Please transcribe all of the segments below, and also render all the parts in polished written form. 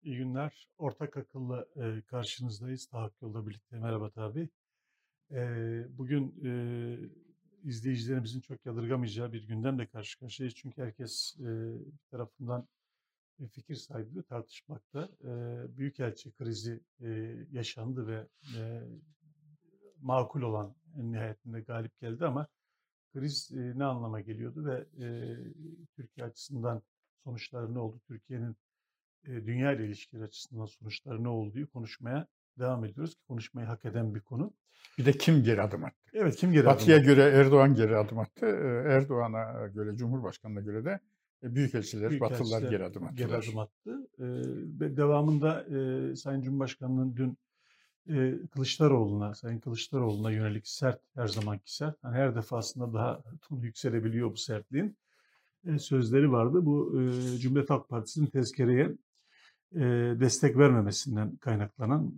İyi günler. Ortak akılla karşınızdayız. Tahakkuk yolda birlikte. Merhaba tabi. Bugün izleyicilerimizin çok yadırgamayacağı bir gündemle karşı karşıyayız. Çünkü herkes bir tarafından fikir sahibi ve tartışmakta. Büyükelçi krizi yaşandı ve e, makul olan en nihayetinde galip geldi ama kriz ne anlama geliyordu ve Türkiye açısından sonuçları ne oldu? Türkiye'nin dünya ile ilişkiler açısından sonuçları ne olduğu konuşmaya devam ediyoruz ki konuşmayı hak eden bir konu. Bir de kim geri adım attı? Evet, kim geri adım Batı'ya attı? göre Erdoğan geri adım attı. Erdoğan'a göre, Cumhurbaşkanı'na göre de büyükelçiler, Batılılar Büyükelçiler geri adım geri adım attılar. attı. Ve devamında Sayın Cumhurbaşkanı'nın dün Sayın Kılıçdaroğlu'na yönelik sert, her zamanki sert, yani her defasında daha tonu yükselebiliyor bu sertliğin sözleri vardı. Bu Cumhuriyet Halk Partisi'nin tezkereye destek vermemesinden kaynaklanan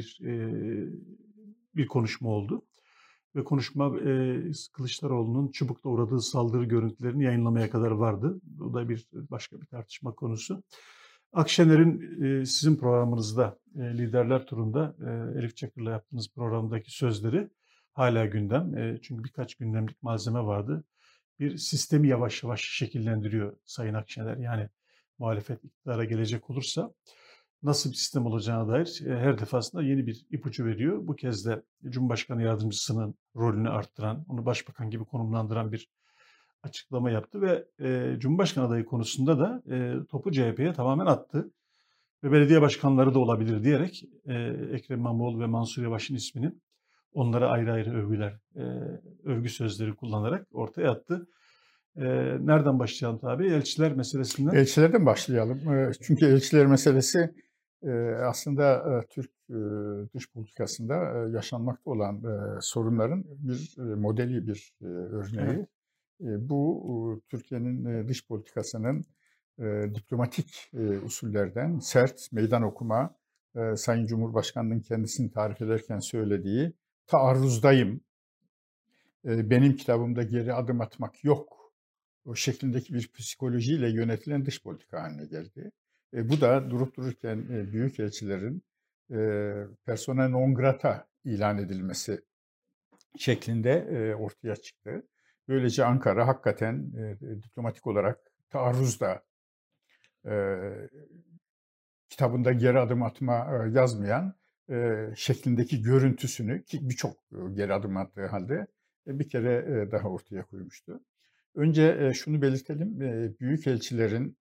bir konuşma oldu. Ve konuşma Kılıçdaroğlu'nun Çubuk'ta uğradığı saldırı görüntülerini yayınlamaya kadar vardı. O da başka bir tartışma konusu. Akşener'in sizin programınızda Liderler Turu'nda Elif Çakır'la yaptığınız programdaki sözleri hala gündem. Çünkü birkaç gündemlik malzeme vardı. Bir sistemi yavaş yavaş şekillendiriyor Sayın Akşener. Yani muhalefet iktidara gelecek olursa nasıl bir sistem olacağına dair her defasında yeni bir ipucu veriyor. Bu kez de Cumhurbaşkanı Yardımcısının rolünü arttıran, onu başbakan gibi konumlandıran bir açıklama yaptı ve Cumhurbaşkanı adayı konusunda da topu CHP'ye tamamen attı. Ve belediye başkanları da olabilir diyerek Ekrem İmamoğlu ve Mansur Yavaş'ın ismini onlara ayrı ayrı övgü sözleri kullanarak ortaya attı. Nereden başlayalım tabii? Elçiler meselesinden. Elçilerden başlayalım. Çünkü elçiler meselesi aslında Türk dış politikasında yaşanmakta olan sorunların bir modeli, bir Evet. örneği. Bu Türkiye'nin dış politikasının diplomatik usullerden sert meydan okuma, Sayın Cumhurbaşkanı'nın kendisini tarif ederken söylediği taarruzdayım, benim kitabımda geri adım atmak yok o şeklindeki bir psikolojiyle yönetilen dış politika haline geldi. Bu da durup dururken büyükelçilerin persona non grata ilan edilmesi şeklinde ortaya çıktı. Böylece Ankara hakikaten diplomatik olarak taarruzda, e, kitabında geri adım atma yazmayan şeklindeki görüntüsünü, ki birçok geri adım attığı halde bir kere daha ortaya koymuştu. Önce şunu belirtelim, büyükelçilerin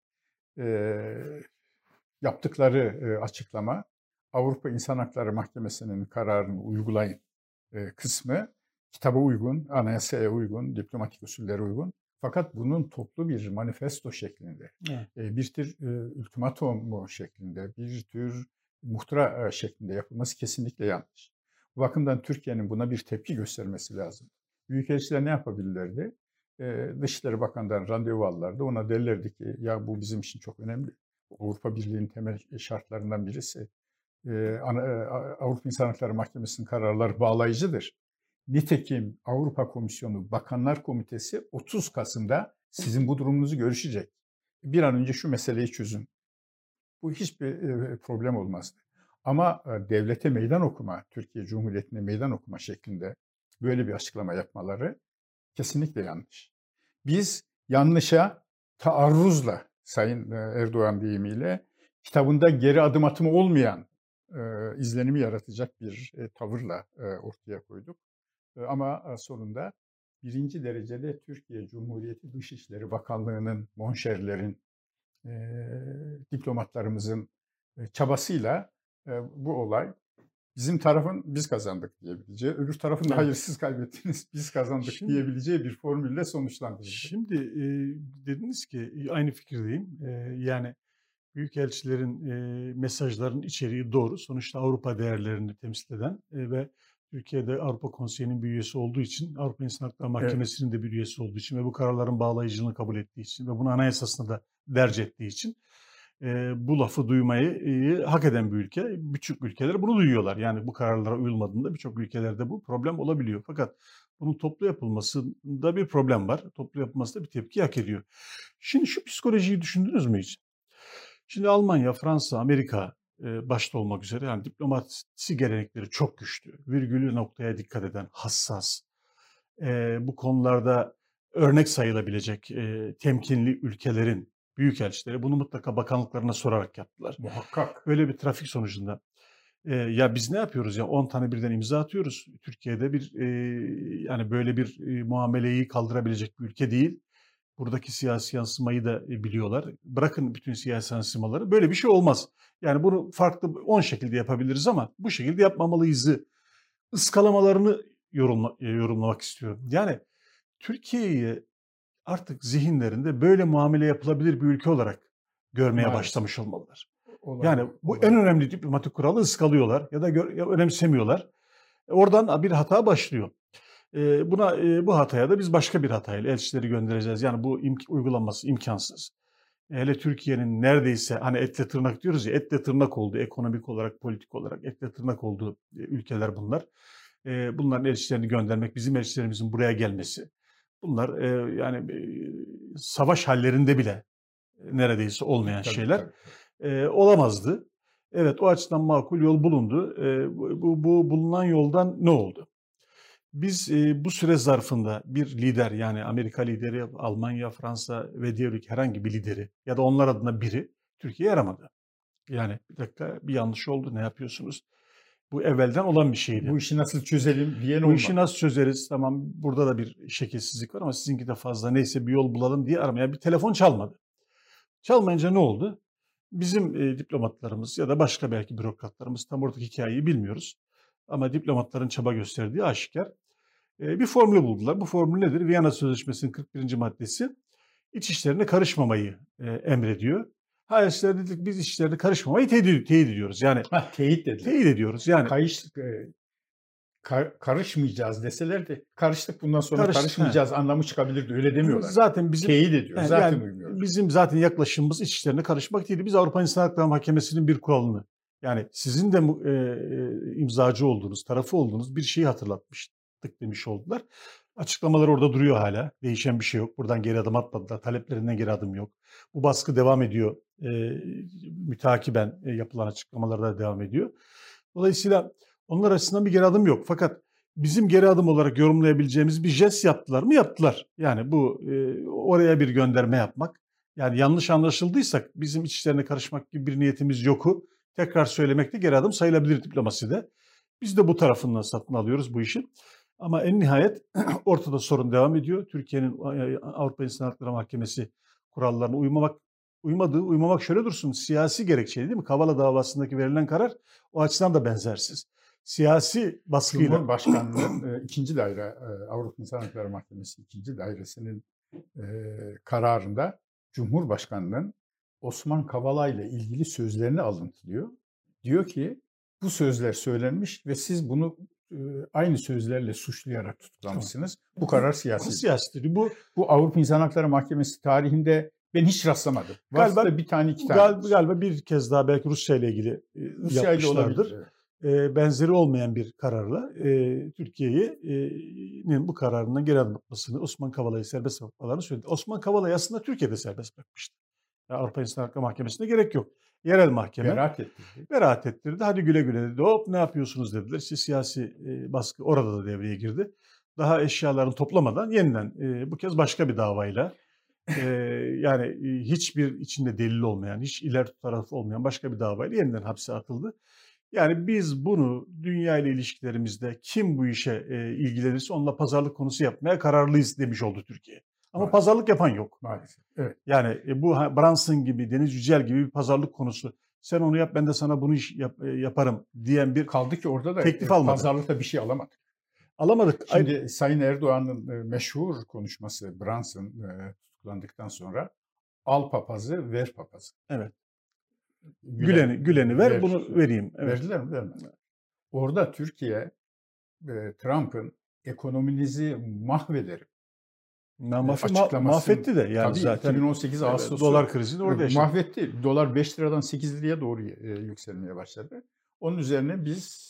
yaptıkları açıklama, Avrupa İnsan Hakları Mahkemesi'nin kararını uygulayın kısmı kitaba uygun, anayasaya uygun, diplomatik usullere uygun. Fakat bunun toplu bir manifesto şeklinde, Evet. bir tür ultimatum şeklinde, bir tür muhtıra şeklinde yapılması kesinlikle yanlış. Bu bakımdan Türkiye'nin buna bir tepki göstermesi lazım. Büyükelçiler ne yapabilirlerdi? Dışişleri Bakanı'ndan randevu alırlardı. Ona derlerdi ki ya bu bizim için çok önemli. Avrupa Birliği'nin temel şartlarından birisi. Avrupa İnsan Hakları Mahkemesi'nin kararları bağlayıcıdır. Nitekim Avrupa Komisyonu Bakanlar Komitesi 30 Kasım'da sizin bu durumunuzu görüşecek. Bir an önce şu meseleyi çözün. Bu hiçbir problem olmazdı. Ama devlete meydan okuma, Türkiye Cumhuriyeti'ne meydan okuma şeklinde böyle bir açıklama yapmaları kesinlikle yanlış. Biz yanlışa taarruzla, Sayın Erdoğan deyimiyle, kitabında geri adım atımı olmayan izlenimi yaratacak bir tavırla ortaya koyduk. Ama sonunda birinci derecede Türkiye Cumhuriyeti Dışişleri Bakanlığı'nın, monşerlerin, diplomatlarımızın çabasıyla bu olay bizim tarafın biz kazandık diyebileceği, öbür tarafın da Evet. hayır siz kaybettiniz, biz kazandık Şimdi, diyebileceği bir formülle sonuçlandırıldı. şimdi dediniz ki aynı fikirdeyim. Yani büyükelçilerin mesajların içeriği doğru. Sonuçta Avrupa değerlerini temsil eden ve Türkiye'de Avrupa Konseyi'nin bir üyesi olduğu için, Avrupa İnsan Hakları Evet. Mahkemesi'nin de bir üyesi olduğu için ve bu kararların bağlayıcılığını kabul ettiği için ve bunu anayasasında da derc ettiği için bu lafı duymayı hak eden bir ülke. Birçok ülkeler bunu duyuyorlar. Yani bu kararlara uyulmadığında birçok ülkelerde bu problem olabiliyor. Fakat bunun toplu yapılmasında bir problem var. Toplu yapılması da bir tepki hak ediyor. Şimdi şu psikolojiyi düşündünüz mü hiç? Şimdi Almanya, Fransa, Amerika başta olmak üzere yani diplomasi gelenekleri çok güçlü. Virgülü noktaya dikkat eden, hassas. Bu konularda örnek sayılabilecek temkinli ülkelerin büyükelçileri bunu mutlaka bakanlıklarına sorarak yaptılar. Muhakkak. Böyle bir trafik sonucunda ya biz ne yapıyoruz ya 10 tane birden imza atıyoruz. Türkiye'de bir yani böyle bir muameleyi kaldırabilecek bir ülke değil. Buradaki siyasi yansımayı da biliyorlar. Bırakın bütün siyasi yansımaları. Böyle bir şey olmaz. Yani bunu farklı 10 şekilde yapabiliriz ama bu şekilde yapmamalıyızı ıskalamalarını yorumlamak istiyorum. Yani Türkiye'yi artık zihinlerinde böyle muamele yapılabilir bir ülke olarak görmeye Maalesef. başlamış olmalılar. Olabilir, Yani bu en olabilir. önemli diplomatik kuralı ıskalıyorlar ya da ya önemsemiyorlar. Oradan bir hata başlıyor. Bu hataya da biz başka bir hatayla elçileri göndereceğiz. Yani bu uygulanması imkansız. Hele Türkiye'nin neredeyse hani etle tırnak diyoruz ya etle tırnak olduğu ekonomik olarak politik olarak etle tırnak olduğu ülkeler bunlar. Bunların elçilerini göndermek, bizim elçilerimizin buraya gelmesi. Bunlar yani savaş hallerinde bile neredeyse olmayan Tabii, şeyler tabii, tabii. olamazdı. Evet o açıdan makul yol bulundu. Bu bulunan yoldan ne oldu? Biz bu süre zarfında bir lider yani Amerika lideri, Almanya, Fransa ve diğer ülke herhangi bir lideri ya da onlar adına biri Türkiye'ye yaramadı. Yani bir dakika bir yanlış oldu ne yapıyorsunuz? Bu evvelden olan bir şeydi. Bu işi nasıl çözelim diyen Bu işi olmadı. nasıl çözeriz? Tamam burada da bir şekilsizlik var ama sizinki de fazla neyse bir yol bulalım diye aramaya bir telefon çalmadı. Çalmayınca ne oldu? Bizim diplomatlarımız ya da başka belki bürokratlarımız tam oradaki hikayeyi bilmiyoruz. Ama diplomatların çaba gösterdiği aşikar. Bir formül buldular. Bu formül nedir? Viyana Sözleşmesi'nin 41. maddesi iç işlerine karışmamayı emrediyor. Elçiler dedik biz iç işlerine karışmamayı teyit ediyoruz. Yani Teyit dediler. teyit ediyoruz. Yani karışmayacağız deselerdi karıştık bundan sonra karışmayacağız anlamı çıkabilirdi. Öyle demiyorlar. Zaten bizim teyit ediyor. Zaten yani uymuyoruz. bizim zaten yaklaşımımız iç işlerine karışmak değildi. Biz Avrupa İnsan Hakları Mahkemesi'nin bir kuralını yani sizin de imzacı olduğunuz, tarafı olduğunuz bir şeyi hatırlatmıştık demiş oldular. Açıklamalar orada duruyor hala. Değişen bir şey yok. Buradan geri adım atmadılar. Taleplerinden geri adım yok. Bu baskı devam ediyor. Mütakiben yapılan açıklamalar da devam ediyor. Dolayısıyla onlar açısından bir geri adım yok. Fakat bizim geri adım olarak yorumlayabileceğimiz bir jest yaptılar mı? Yaptılar. Yani bu oraya bir gönderme yapmak. Yani yanlış anlaşıldıysak bizim iç işlerine karışmak gibi bir niyetimiz yoku. Tekrar söylemekte geri adım sayılabilir diplomaside. Biz de bu tarafından satın alıyoruz bu işi. Ama en nihayet ortada sorun devam ediyor. Türkiye'nin Avrupa İnsan Hakları Mahkemesi kurallarına uymamak şöyle dursun. Siyasi gerekçeli değil mi? Kavala davasındaki verilen karar o açıdan da benzersiz. Siyasi baskıyla. Cumhurbaşkanlığı 2. daire Avrupa İnsan Hakları Mahkemesi 2. dairesinin kararında Cumhurbaşkanlığı'nın Osman Kavala ile ilgili sözlerini alıntılıyor. Diyor ki bu sözler söylenmiş ve siz bunu aynı sözlerle suçlayarak tutuklamışsınız. Bu karar siyasi. Siyasidir. Bu Avrupa İnsan Hakları Mahkemesi tarihinde ben hiç rastlamadım. Varsa da bir tane iki tane. Galiba bir kez daha belki Rusya ile ilgili yapmışlardır. Olabilir. Benzeri olmayan bir kararla Türkiye'nin bu kararından geri adım atmasını, Osman Kavala'yı serbest bırakmalarını söyledi. Osman Kavala'yı aslında Türkiye'de serbest bırakmıştı. Yani Avrupa İnsan Hakları Mahkemesi'ne gerek yok. Yerel mahkeme beraat ettirdi. Hadi güle güle dedi. Hop ne yapıyorsunuz dediler. İşte siyasi baskı orada da devreye girdi. Daha eşyalarını toplamadan yeniden bu kez başka bir davayla yani hiçbir içinde delil olmayan, hiç ileri tarafı olmayan başka bir davayla yeniden hapse atıldı. Yani biz bunu dünya ile ilişkilerimizde kim bu işe ilgilenirse onunla pazarlık konusu yapmaya kararlıyız demiş oldu Türkiye. Ama maalesef pazarlık yapan yok. Maalesef. Evet. Yani bu Brunson gibi, Deniz Yücel gibi bir pazarlık konusu. Sen onu yap ben de sana bunu yaparım diyen bir kaldı ki orada da teklif almadı. Pazarlıkta bir şey alamadık. Alamadık. Şimdi Sayın Erdoğan'ın meşhur konuşması Brunson tutuklandıktan sonra al papazı ver papazı. Evet. Gülen'i ver bunu vereyim. Evet. Verdiler mi? Vermediler. Orada Türkiye Trump'ın ekonominizi mahvederim mahvetti de yani tabii zaten 2018 Ağustos dolar krizini orada yaşadı. Mahvetti. Dolar 5 liradan 8 liraya doğru yükselmeye başladı. Onun üzerine biz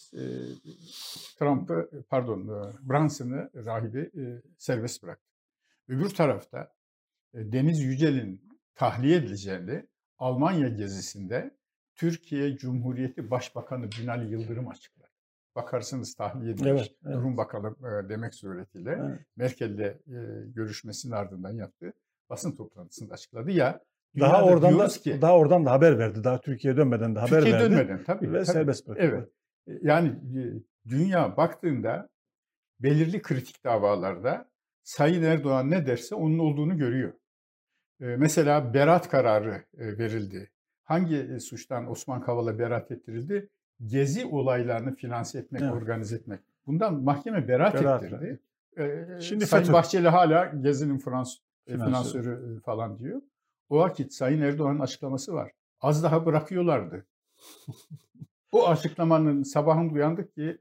Brunson'ı rahibi serbest bıraktık. Öbür tarafta Deniz Yücel'in tahliye edileceğini Almanya gezisinde Türkiye Cumhuriyeti Başbakanı Binali Yıldırım açıkladı. Bakarsınız tahliye edilmiş, Evet, evet. durun bakalım demek suretiyle Evet. Merkel'le görüşmesinin ardından yaptığı basın toplantısında açıkladı. Ya Daha dünyada oradan da diyoruz ki da haber verdi. Daha Türkiye'ye dönmeden de haber Türkiye verdi dönmeden tabii ve serbest bıraktı. evet. Yani dünya baktığında belirli kritik davalarda Sayın Erdoğan ne derse onun olduğunu görüyor. Mesela beraat kararı verildi. Hangi suçtan Osman Kavala beraat ettirildi? Gezi olaylarını finanse etmek, Evet. organize etmek. Bundan mahkeme beraat ettirdi. Şimdi Sayın FETÖ Bahçeli hala Gezi'nin finansörü. finansörü falan diyor. O vakit Sayın Erdoğan'ın açıklaması var. Az daha bırakıyorlardı. O açıklamanın sabahında uyandık ki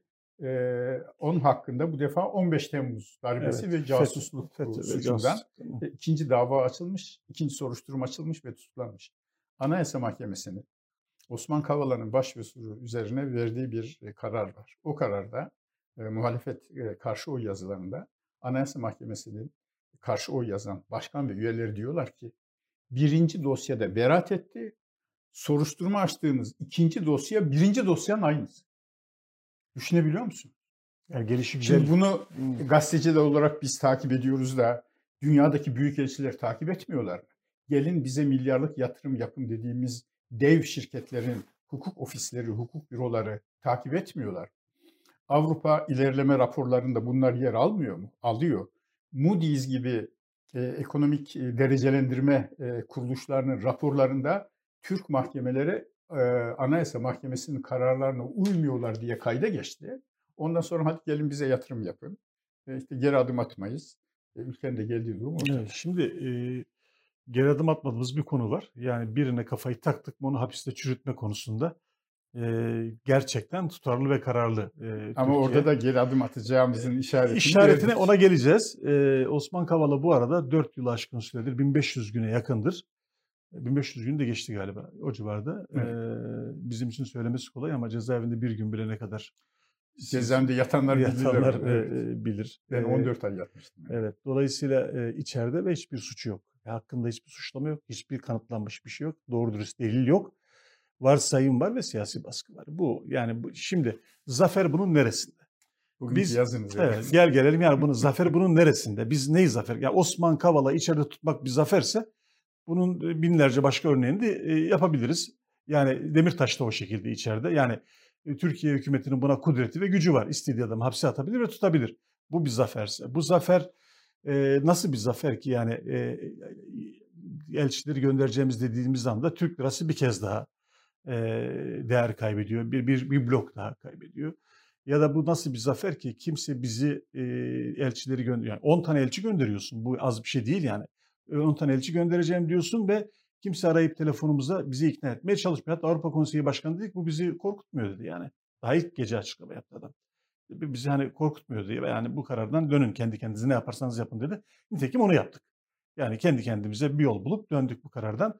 onun hakkında bu defa 15 Temmuz darbesi Evet, ve casusluk FETÖ ve suçundan casus. ikinci dava açılmış, ikinci soruşturma açılmış ve tutuklanmış. Anayasa Mahkemesi'nin Osman Kavala'nın başvurusu üzerine verdiği bir karar var. O kararda muhalefet karşı oy yazılarında Anayasa Mahkemesi'nin karşı oy yazan başkan ve üyeleri diyorlar ki birinci dosyada beraat etti, soruşturma açtığımız ikinci dosya birinci dosyanın aynısı. Düşünebiliyor musun? Yani gelişi güzel. Şimdi bunu gazeteciler olarak biz takip ediyoruz da dünyadaki büyükelçiler takip etmiyorlar mı? Gelin bize milyarlık yatırım yapın dediğimiz dev şirketlerin hukuk ofisleri, hukuk büroları takip etmiyorlar. Avrupa ilerleme raporlarında bunlar yer almıyor mu? Alıyor. Moody's gibi ekonomik derecelendirme kuruluşlarının raporlarında Türk mahkemeleri Anayasa Mahkemesi'nin kararlarına uymuyorlar diye kayda geçti. Ondan sonra hadi gelin bize yatırım yapın. İşte geri adım atmayız. Ülkenin de geldiği durum ortada. Evet, şimdi geri adım atmadığımız bir konu var. Yani birine kafayı taktık mı onu hapiste çürütme konusunda gerçekten tutarlı ve kararlı Ama Türkiye. orada da geri adım atacağımızın İşaretine verdik. ona geleceğiz. Osman Kavala bu arada 4 yılı aşkın süredir 1500 güne yakındır. 1500 gün de geçti galiba o civarda. Evet. Bizim için söylemesi kolay ama cezaevinde bir gün bile ne kadar Cezaevinde yatanlar bilir. Ben 14 ay yatmıştım. Evet. Dolayısıyla içeride ve hiçbir suçu yok. Hakkında hiçbir suçlama yok. Hiçbir kanıtlanmış bir şey yok. Doğru dürüst delil yok. Varsayım var ve siyasi baskı var. Şimdi zafer bunun neresinde? Bugünkü yazınız. Evet, gel gelelim yani zafer bunun neresinde? Biz neyi zafer? Yani Osman Kavala içeride tutmak bir zaferse bunun binlerce başka örneğini de yapabiliriz. Yani Demirtaş da o şekilde içeride. Yani Türkiye hükümetinin buna kudreti ve gücü var. İstediği adamı hapse atabilir ve tutabilir. Bu bir zaferse. Bu zafer nasıl bir zafer ki yani elçileri göndereceğimiz dediğimiz anda Türk lirası bir kez daha değer kaybediyor. Bir blok daha kaybediyor. Ya da bu nasıl bir zafer ki kimse bizi elçileri gönderiyor. Yani 10 tane elçi gönderiyorsun. Bu az bir şey değil yani. 10 tane elçi göndereceğim diyorsun ve kimse arayıp telefonumuza bizi ikna etmeye çalışmıyor. Hatta Avrupa Konseyi Başkanı dedik bu bizi korkutmuyor dedi yani. Daha ilk gece açıklama yaptı adam. Bizi hani korkutmuyor diye yani bu karardan dönün kendi kendinize ne yaparsanız yapın dedi. Nitekim onu yaptık. Yani kendi kendimize bir yol bulup döndük bu karardan.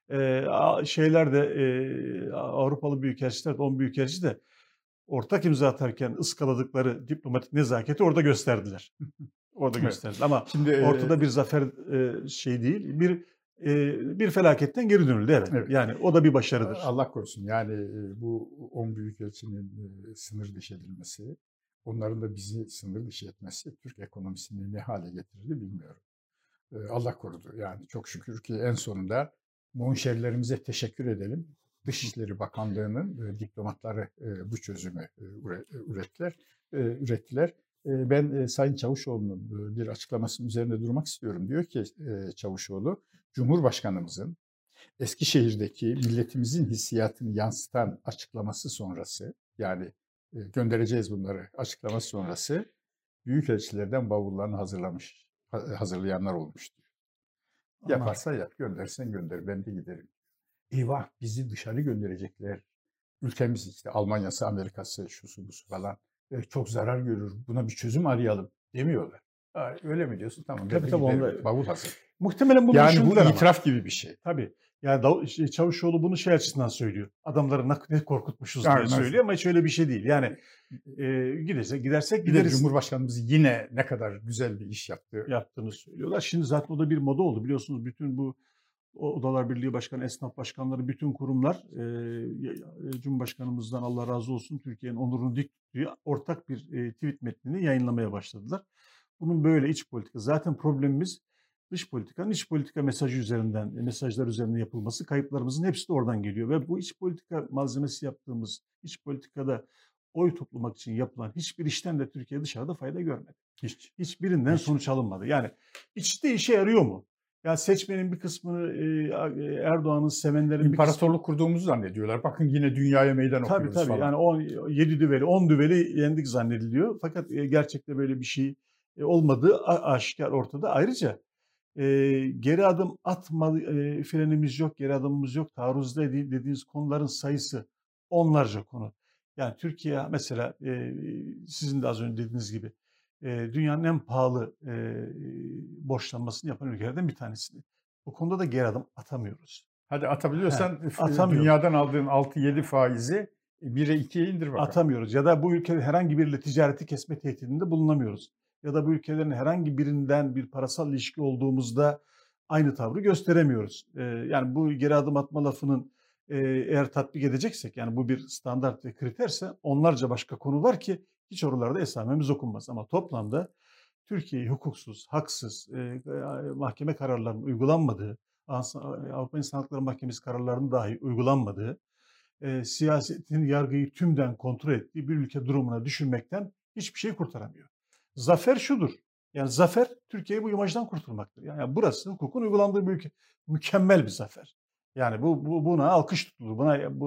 Avrupalı büyükelçiler de 10 büyükelçi de ortak imza atarken ıskaladıkları diplomatik nezaketi orada gösterdiler. Orada gösterdiler ama şimdi ortada bir zafer şey değil. Bir felaketten geri dönüldü evet. Yani o da bir başarıdır. Allah korusun. Yani bu 10 büyükelçinin sınır dışı edilmesi, onların da bizi sınır dışı etmesi Türk ekonomisini ne hale getirirdi bilmiyorum. Allah korudu. Yani çok şükür ki en sonunda monşerlerimize teşekkür edelim. Dışişleri Bakanlığı'nın diplomatları bu çözümü ürettiler. Ben Sayın Çavuşoğlu'nun bir açıklamasının üzerinde durmak istiyorum. Diyor ki Çavuşoğlu, Cumhurbaşkanımızın Eskişehir'deki milletimizin hissiyatını yansıtan açıklaması sonrası, yani göndereceğiz bunları açıklaması sonrası büyükelçilerden bavullarını hazırlayanlar olmuş diyor. Yaparsa yap, göndersen gönder, ben de giderim. Eyvah, bizi dışarı gönderecekler. Ülkemiz işte Almanya'sı, Amerika'sı, şusu busu falan çok zarar görür. Buna bir çözüm arayalım demiyorlar. Öyle mi diyorsun? Tamam. Tabii giderim. Bavul hazır. Muhtemelen bunu yani bu itiraf gibi bir şey. Tabii. Yani Çavuşoğlu bunu şey açısından söylüyor. Adamları ne korkutmuşuz diye söylüyor ama hiç öyle bir şey değil. Yani gidersek gideriz. Cumhurbaşkanımız yine ne kadar güzel bir iş yaptığını söylüyorlar. Şimdi zaten o da bir moda oldu. Biliyorsunuz bütün bu Odalar Birliği Başkanı, esnaf başkanları, bütün kurumlar Cumhurbaşkanımızdan Allah razı olsun Türkiye'nin onurunu dik tutuyor. Ortak bir tweet metnini yayınlamaya başladılar. Bunun böyle iç politika. Zaten problemimiz dış politikanın iç politika mesajı üzerinden, mesajlar üzerinden yapılması. Kayıplarımızın hepsi de oradan geliyor. Ve bu iç politika malzemesi yaptığımız, iç politikada oy toplamak için yapılan hiçbir işten de Türkiye dışarıda fayda görmedi. Hiçbirinden sonuç alınmadı. Yani içte işe yarıyor mu? Yani seçmenin bir kısmını Erdoğan'ın sevenlerin İmparatorluk kurduğumuzu zannediyorlar. Bakın yine dünyaya meydan okuyoruz tabii falan. yani 7 düveli, 10 düveli yendik zannediliyor. Fakat gerçekte böyle bir şey olmadığı aşikar ortada. Ayrıca geri adım atma frenimiz yok, geri adımımız yok. Taarruzda dediğiniz konuların sayısı onlarca konu. Yani Türkiye mesela sizin de az önce dediğiniz gibi dünyanın en pahalı borçlanmasını yapan ülkelerden bir tanesi. Bu konuda da geri adım atamıyoruz. Hadi atabiliyorsan atamıyoruz. Dünyadan aldığın 6-7 faizi 1'e 2'ye indir bakalım. Atamıyoruz. Ya da bu ülkede herhangi biriyle ticareti kesme tehdidinde bulunamıyoruz. Ya da bu ülkelerin herhangi birinden bir parasal ilişki olduğumuzda aynı tavrı gösteremiyoruz. Yani bu geri adım atma lafının eğer tatbik edeceksek, yani bu bir standart ve kriterse, onlarca başka konu var ki hiç oralarda esamemiz okunmaz. Ama toplamda Türkiye'yi hukuksuz, haksız, mahkeme kararlarının uygulanmadığı, Avrupa İnsan Hakları Mahkemesi kararlarının dahi uygulanmadığı, siyasetin yargıyı tümden kontrol ettiği bir ülke durumuna düşürmekten hiçbir şey kurtaramıyor. Zafer şudur. Yani zafer Türkiye'yi bu imajdan kurtulmaktır. Yani burası hukukun uygulandığı bir ülke. Mükemmel bir zafer. Yani buna alkış tutulur.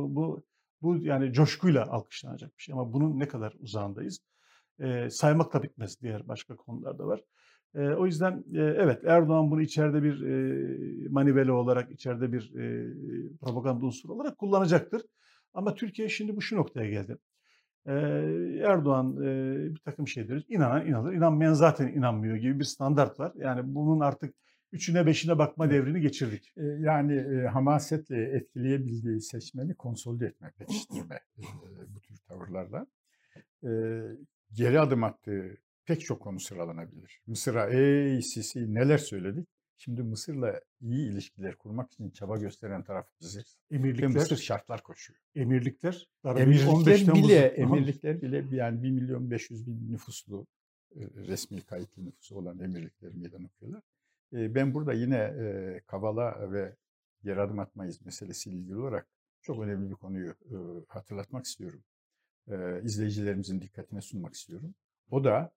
Bu yani coşkuyla alkışlanacak bir şey. Ama bunun ne kadar uzağındayız? Saymakla bitmez, diğer başka konular da var. O yüzden evet, Erdoğan bunu içeride bir manivela olarak, içeride bir propaganda unsuru olarak kullanacaktır. Ama Türkiye şimdi şu noktaya geldi. Erdoğan bir takım şeyleri inanan inanır, inanmayan zaten inanmıyor gibi bir standart var. Yani bunun artık 3'üne 5'ine bakma devrini geçirdik. Yani hamasetle etkileyebildiği seçmeni konsolide etme, pekiştirme bu tür tavırlarla. Geri adım attığı pek çok konu sıralanabilir. Mısır'a ey Sisi neler söyledik. Şimdi Mısır'la iyi ilişkiler kurmak için çaba gösteren taraf biziz. Ve Mısır şartlar koşuyor. Emirlikler bile yani 1.500.000 nüfuslu resmi kayıtlı nüfusu olan emirlikler meydan okuyorlar. Ben burada yine Kavala ve geri adım atmayız meselesiyle ilgili olarak çok önemli bir konuyu hatırlatmak istiyorum. İzleyicilerimizin dikkatine sunmak istiyorum. O da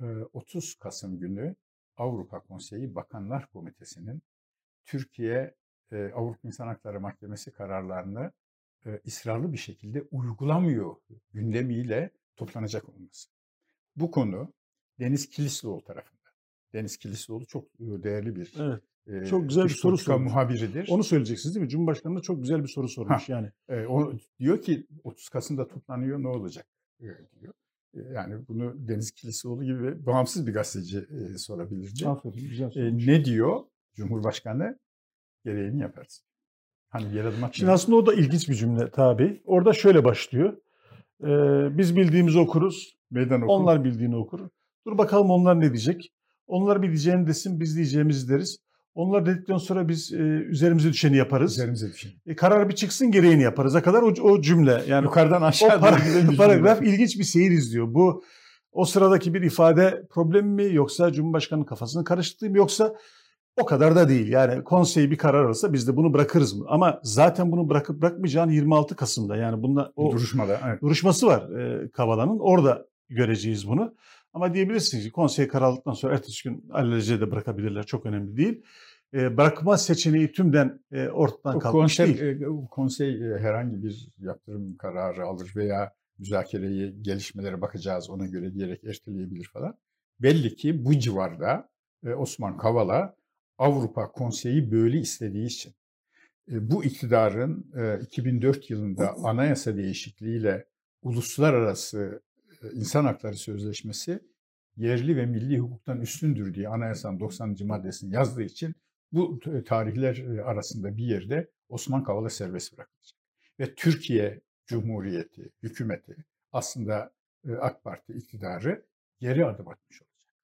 30 Kasım günü Avrupa Konseyi Bakanlar Komitesi'nin Türkiye Avrupa İnsan Hakları Mahkemesi kararlarını ısrarlı bir şekilde uygulamıyor gündemiyle toplanacak olması. Bu konu Deniz Kiliçlioğlu tarafında. Deniz Kiliçlioğlu çok değerli bir çok güzel bir soru sormuş. Muhabiridir. Onu söyleyeceksiniz değil mi? Cumhurbaşkanı'na çok güzel bir soru sormuş yani. O diyor ki 30 Kasım'da toplanıyor, ne olacak diyor. Yani bunu Deniz Kiliçlioğlu gibi bağımsız bir gazeteci sorabilirdi. Aferin, güzel sormuş. Ne diyor Cumhurbaşkanı? Gereğini yaparsın. Hani yer adım atmayın. Şimdi aslında o da ilginç bir cümle tabii. Orada şöyle başlıyor. Biz bildiğimizi okuruz. Onlar bildiğini okur. Dur bakalım onlar ne diyecek. Onlar bir diyeceğini desin, biz diyeceğimizi deriz. Onlar dedikten sonra biz üzerimize düşeni yaparız. Üzerimize düşeni. Karar bir çıksın, gereğini yaparız. kadar o cümle. Yani yukarıdan aşağı paragraf ilginç bir seyir izliyor. Bu o sıradaki bir ifade problemi mi, yoksa Cumhurbaşkanı'nın kafasını karıştırdığı mı, yoksa o kadar da değil. Yani konsey bir karar alırsa biz de bunu bırakırız mı? Ama zaten bunu bırakıp bırakmayacağını 26 Kasım'da, yani bunda o duruşması var Kavala'nın. Orada göreceğiz bunu. Ama diyebilirsiniz ki konsey karar aldıktan sonra ertesi gün alelacele de bırakabilirler. Çok önemli değil. Bırakma seçeneği tümden ortadan kalkmış değil. Konsey herhangi bir yaptırım kararı alır veya müzakereye, gelişmelere bakacağız ona göre diyerek erteleyebilir falan. Belli ki bu civarda Osman Kavala Avrupa Konseyi böyle istediği için bu iktidarın 2004 yılında anayasa değişikliğiyle uluslararası insan hakları sözleşmesi yerli ve milli hukuktan üstündür diye anayasanın 90. maddesini yazdığı için bu tarihler arasında bir yerde Osman Kavala serbest bırakılacak. Ve Türkiye Cumhuriyeti, hükümeti, aslında AK Parti iktidarı geri adım atmış olacak.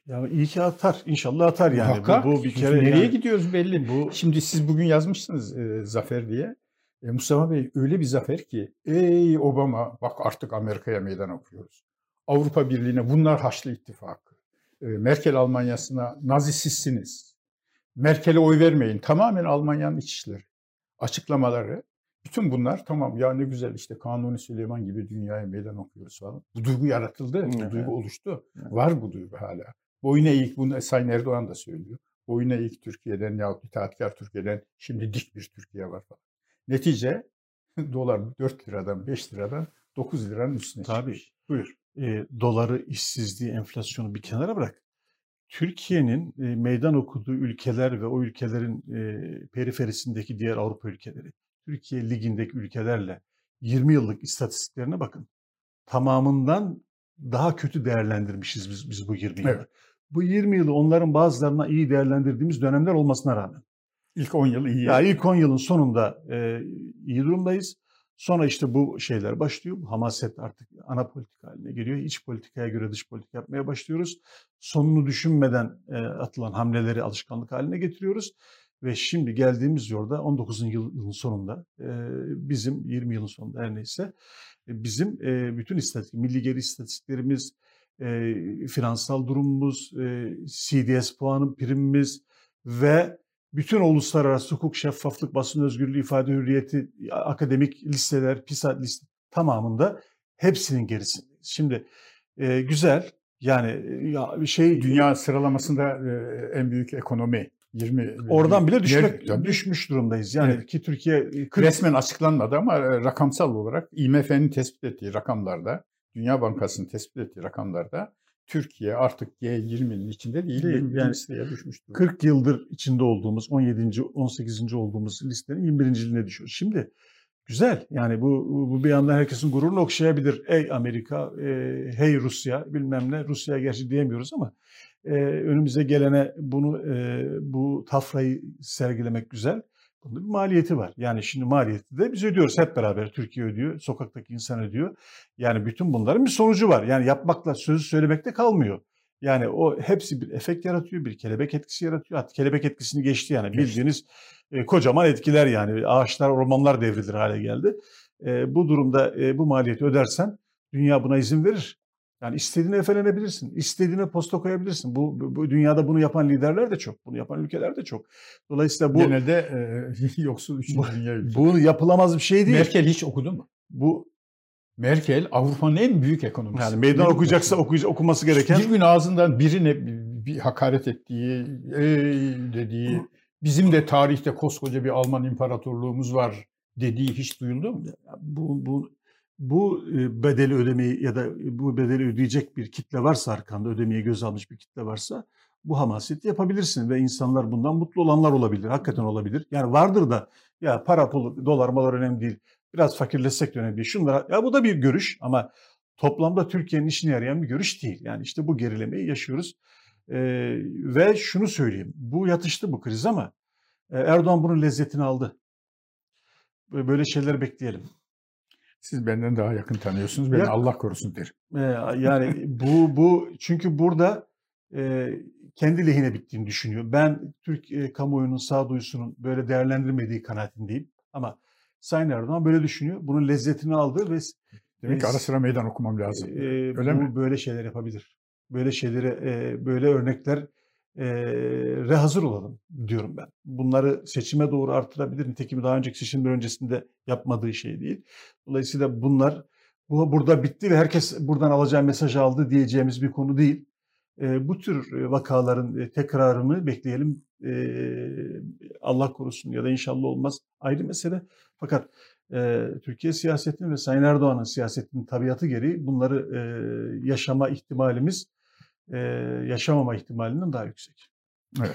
Ya iyi ki atar. İnşallah atar yani. Muhakkak. Bu bir kere Nereye yani, gidiyoruz belli. bu Şimdi siz bugün yazmışsınız zafer diye. Mustafa Bey öyle bir zafer ki ey Obama bak artık Amerika'ya meydan okuyoruz. Avrupa Birliği'ne bunlar Haçlı İttifakı. Merkel Almanya'sına Nazi sizsiniz. Merkel'e oy vermeyin. Tamamen Almanya'nın iç işleri. Açıklamaları. Bütün bunlar tamam ya ne güzel işte Kanuni Süleyman gibi dünyaya meydan okuyoruz falan. Bu duygu yaratıldı. Bu evet, duygu oluştu. evet. Var bu duygu hala. Boyuna eğik, bunu Sayın Erdoğan da söylüyor. Boyuna eğik Türkiye'den yahut itaatkar Türkiye'den şimdi dik bir Türkiye var falan. Netice dolar 4 liradan 5 liradan 9 liranın üstüne Tabii. çıkmış. Buyur. Doları, işsizliği, enflasyonu bir kenara bırak. Türkiye'nin meydan okuduğu ülkeler ve o ülkelerin periferisindeki diğer Avrupa ülkeleri, Türkiye Ligi'ndeki ülkelerle 20 yıllık istatistiklerine bakın. Tamamından daha kötü değerlendirmişiz biz bu 20 yılı. Evet. Bu 20 yılı onların bazılarına iyi değerlendirdiğimiz dönemler olmasına rağmen. İlk 10 yıl iyi. Ya ilk 10 yılın sonunda iyi durumdayız. Sonra işte bu şeyler başlıyor. Bu hamaset artık ana politika haline geliyor. İç politikaya göre dış politika yapmaya başlıyoruz. Sonunu düşünmeden atılan hamleleri alışkanlık haline getiriyoruz. Ve şimdi geldiğimiz yolda 19. yılın sonunda bizim 20 yılın sonunda her neyse bizim bütün milli geri istatistiklerimiz, finansal durumumuz, CDS puanı primimiz ve bütün uluslararası hukuk, şeffaflık, basın özgürlüğü, ifade hürriyeti, akademik listeler, PISA liste tamamında hepsinin gerisindeyiz. Şimdi güzel yani Dünya sıralamasında en büyük ekonomi 20 oradan bile tabii. düşmüş durumdayız. Yani Evet. ki Türkiye Resmen açıklanmadı ama rakamsal olarak IMF'nin tespit ettiği rakamlarda, Dünya Bankası'nın tespit ettiği rakamlarda Türkiye artık G20'nin içinde değil, 21. yani sıraya düşmüş durumda. 40 yıldır içinde olduğumuz 17. 18. olduğumuz listenin 21.liğine düşüyoruz. Şimdi güzel yani bu bir yandan herkesin gururunu okşayabilir. Ey Amerika, hey Rusya bilmem ne. Rusya gerçi diyemiyoruz ama önümüze gelene bu tafrayı sergilemek güzel. Bunun bir maliyeti var. Yani şimdi maliyeti de biz ödüyoruz hep beraber. Türkiye ödüyor, sokaktaki insan ödüyor. Yani bütün bunların bir sonucu var. Yani yapmakla, sözü söylemekte kalmıyor. Yani o hepsi bir efekt yaratıyor, bir kelebek etkisi yaratıyor. Hatta kelebek etkisini geçti yani. Bildiğiniz kocaman etkiler yani. Ağaçlar, ormanlar devrilir hale geldi. Bu durumda bu maliyeti ödersen dünya buna izin verir. Yani istediğine efelenebilirsin, istediğine posta koyabilirsin. Bu dünyada bunu yapan liderler de çok, bunu yapan ülkeler de çok. Dolayısıyla bu genelde yoksul 3. dünya ülkesi. Bu yapılamaz bir şey değil. Merkel hiç okudu mu? Merkel Avrupa'nın en büyük ekonomisi. Yani meydan okuyacaksa okuması gereken. Bir gün ağzından birine bir hakaret ettiği, dediği, bizim de tarihte koskoca bir Alman imparatorluğumuz var dediği hiç duyuldu mu? Bu bedeli ödemeyi ya da bu bedeli ödeyecek bir kitle varsa arkanda ödemeyi göz almış bir kitle varsa bu hamaseti yapabilirsin ve insanlar bundan mutlu olanlar olabilir. Hakikaten olabilir. Yani vardır da ya para pul dolar malar önemli değil. Biraz fakirleşsek de önemli değil. Şunlara ya bu da bir görüş ama toplamda Türkiye'nin işine yarayan bir görüş değil. Yani işte bu gerilemeyi yaşıyoruz. Ve şunu söyleyeyim. Bu yatıştı bu kriz ama Erdoğan bunun lezzetini aldı. Böyle şeyler bekleyelim. Siz benden daha yakın tanıyorsunuz. Ben Allah korusun derim. Yani bu çünkü burada kendi lehine bittiğini düşünüyor. Ben Türk kamuoyunun sağduyusunun böyle değerlendirmediği kanaatindeyim. Ama Sayın Erdoğan böyle düşünüyor. Bunun lezzetini aldı ve demek ki ara sıra meydan okumam lazım. Öyle mi? Böyle şeyler yapabilir. Böyle şeylere, böyle örnekler hazır olalım diyorum ben. Bunları seçime doğru artırabilir. Nitekim daha önceki seçimler öncesinde yapmadığı şey değil. Dolayısıyla burada bitti ve herkes buradan alacağı mesajı aldı diyeceğimiz bir konu değil. Bu tür vakaların tekrarını bekleyelim. Allah korusun ya da inşallah olmaz ayrı mesele. Fakat Türkiye siyasetinin ve Sayın Erdoğan'ın siyasetinin tabiatı gereği bunları yaşama ihtimalimiz yaşamama ihtimalinden daha yüksek. Evet.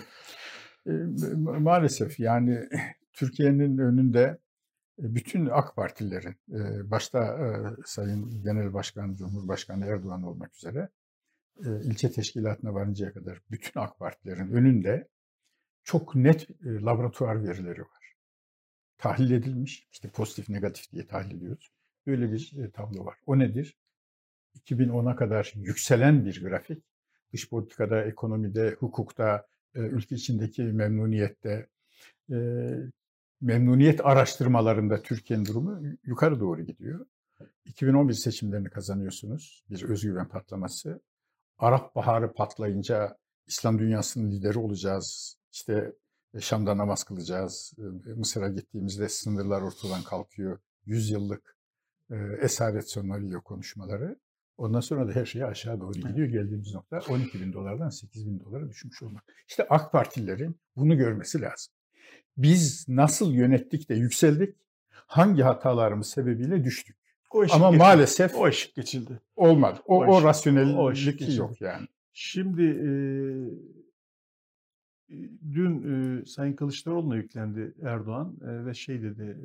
Maalesef yani Türkiye'nin önünde bütün AK Partilerin, başta Sayın Genel Başkan, Cumhurbaşkanı Erdoğan olmak üzere ilçe teşkilatına varıncaya kadar bütün AK Partilerin önünde çok net laboratuvar verileri var. Tahlil edilmiş, işte pozitif negatif diye tahlil ediyoruz. Böyle bir tablo var. O nedir? 2010'a kadar yükselen bir grafik. dış politikada, ekonomide, hukukta, ülke içindeki memnuniyette, memnuniyet araştırmalarında Türkiye'nin durumu yukarı doğru gidiyor. 2011 seçimlerini kazanıyorsunuz, bir özgüven patlaması. Arap Baharı patlayınca İslam dünyasının lideri olacağız. İşte Şam'da namaz kılacağız. Mısır'a gittiğimizde sınırlar ortadan kalkıyor. 100 yıllık esaret sona eriyor konuşmaları. Ondan sonra da her şey aşağı doğru gidiyor. Geldiğimiz nokta 12 bin dolardan 8 bin dolara düşmüş olmak. İşte AK Partililerin bunu görmesi lazım. Biz nasıl yönettik de yükseldik, hangi hatalarımız sebebiyle düştük. Ama geçildi. maalesef o eşik geçildi. Olmadı. O eşik rasyonellik yok geçildi. yani. Şimdi dün Sayın Kılıçdaroğlu'na yüklendi Erdoğan ve şey dedi,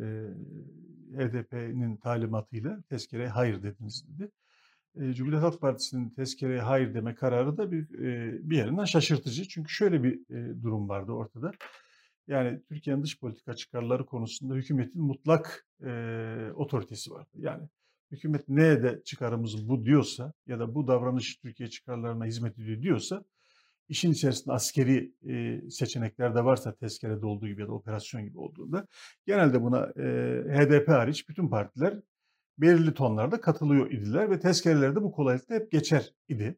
HDP'nin talimatıyla tezkereye hayır dediniz dedi. Cumhuriyet Halk Partisi'nin tezkereye hayır deme kararı da bir yerinden şaşırtıcı. Çünkü şöyle bir durum vardı ortada. Yani Türkiye'nin dış politika çıkarları konusunda hükümetin mutlak otoritesi vardı. Yani hükümet neye de çıkarımız bu diyorsa ya da bu davranış Türkiye çıkarlarına hizmet ediyor diyorsa, İşin içerisinde askeri seçenekler de varsa tezkerede olduğu gibi ya da operasyon gibi olduğunda genelde buna HDP hariç bütün partiler belirli tonlarda katılıyor idiler ve tezkerelerde bu kolaylıkla hep geçer idi.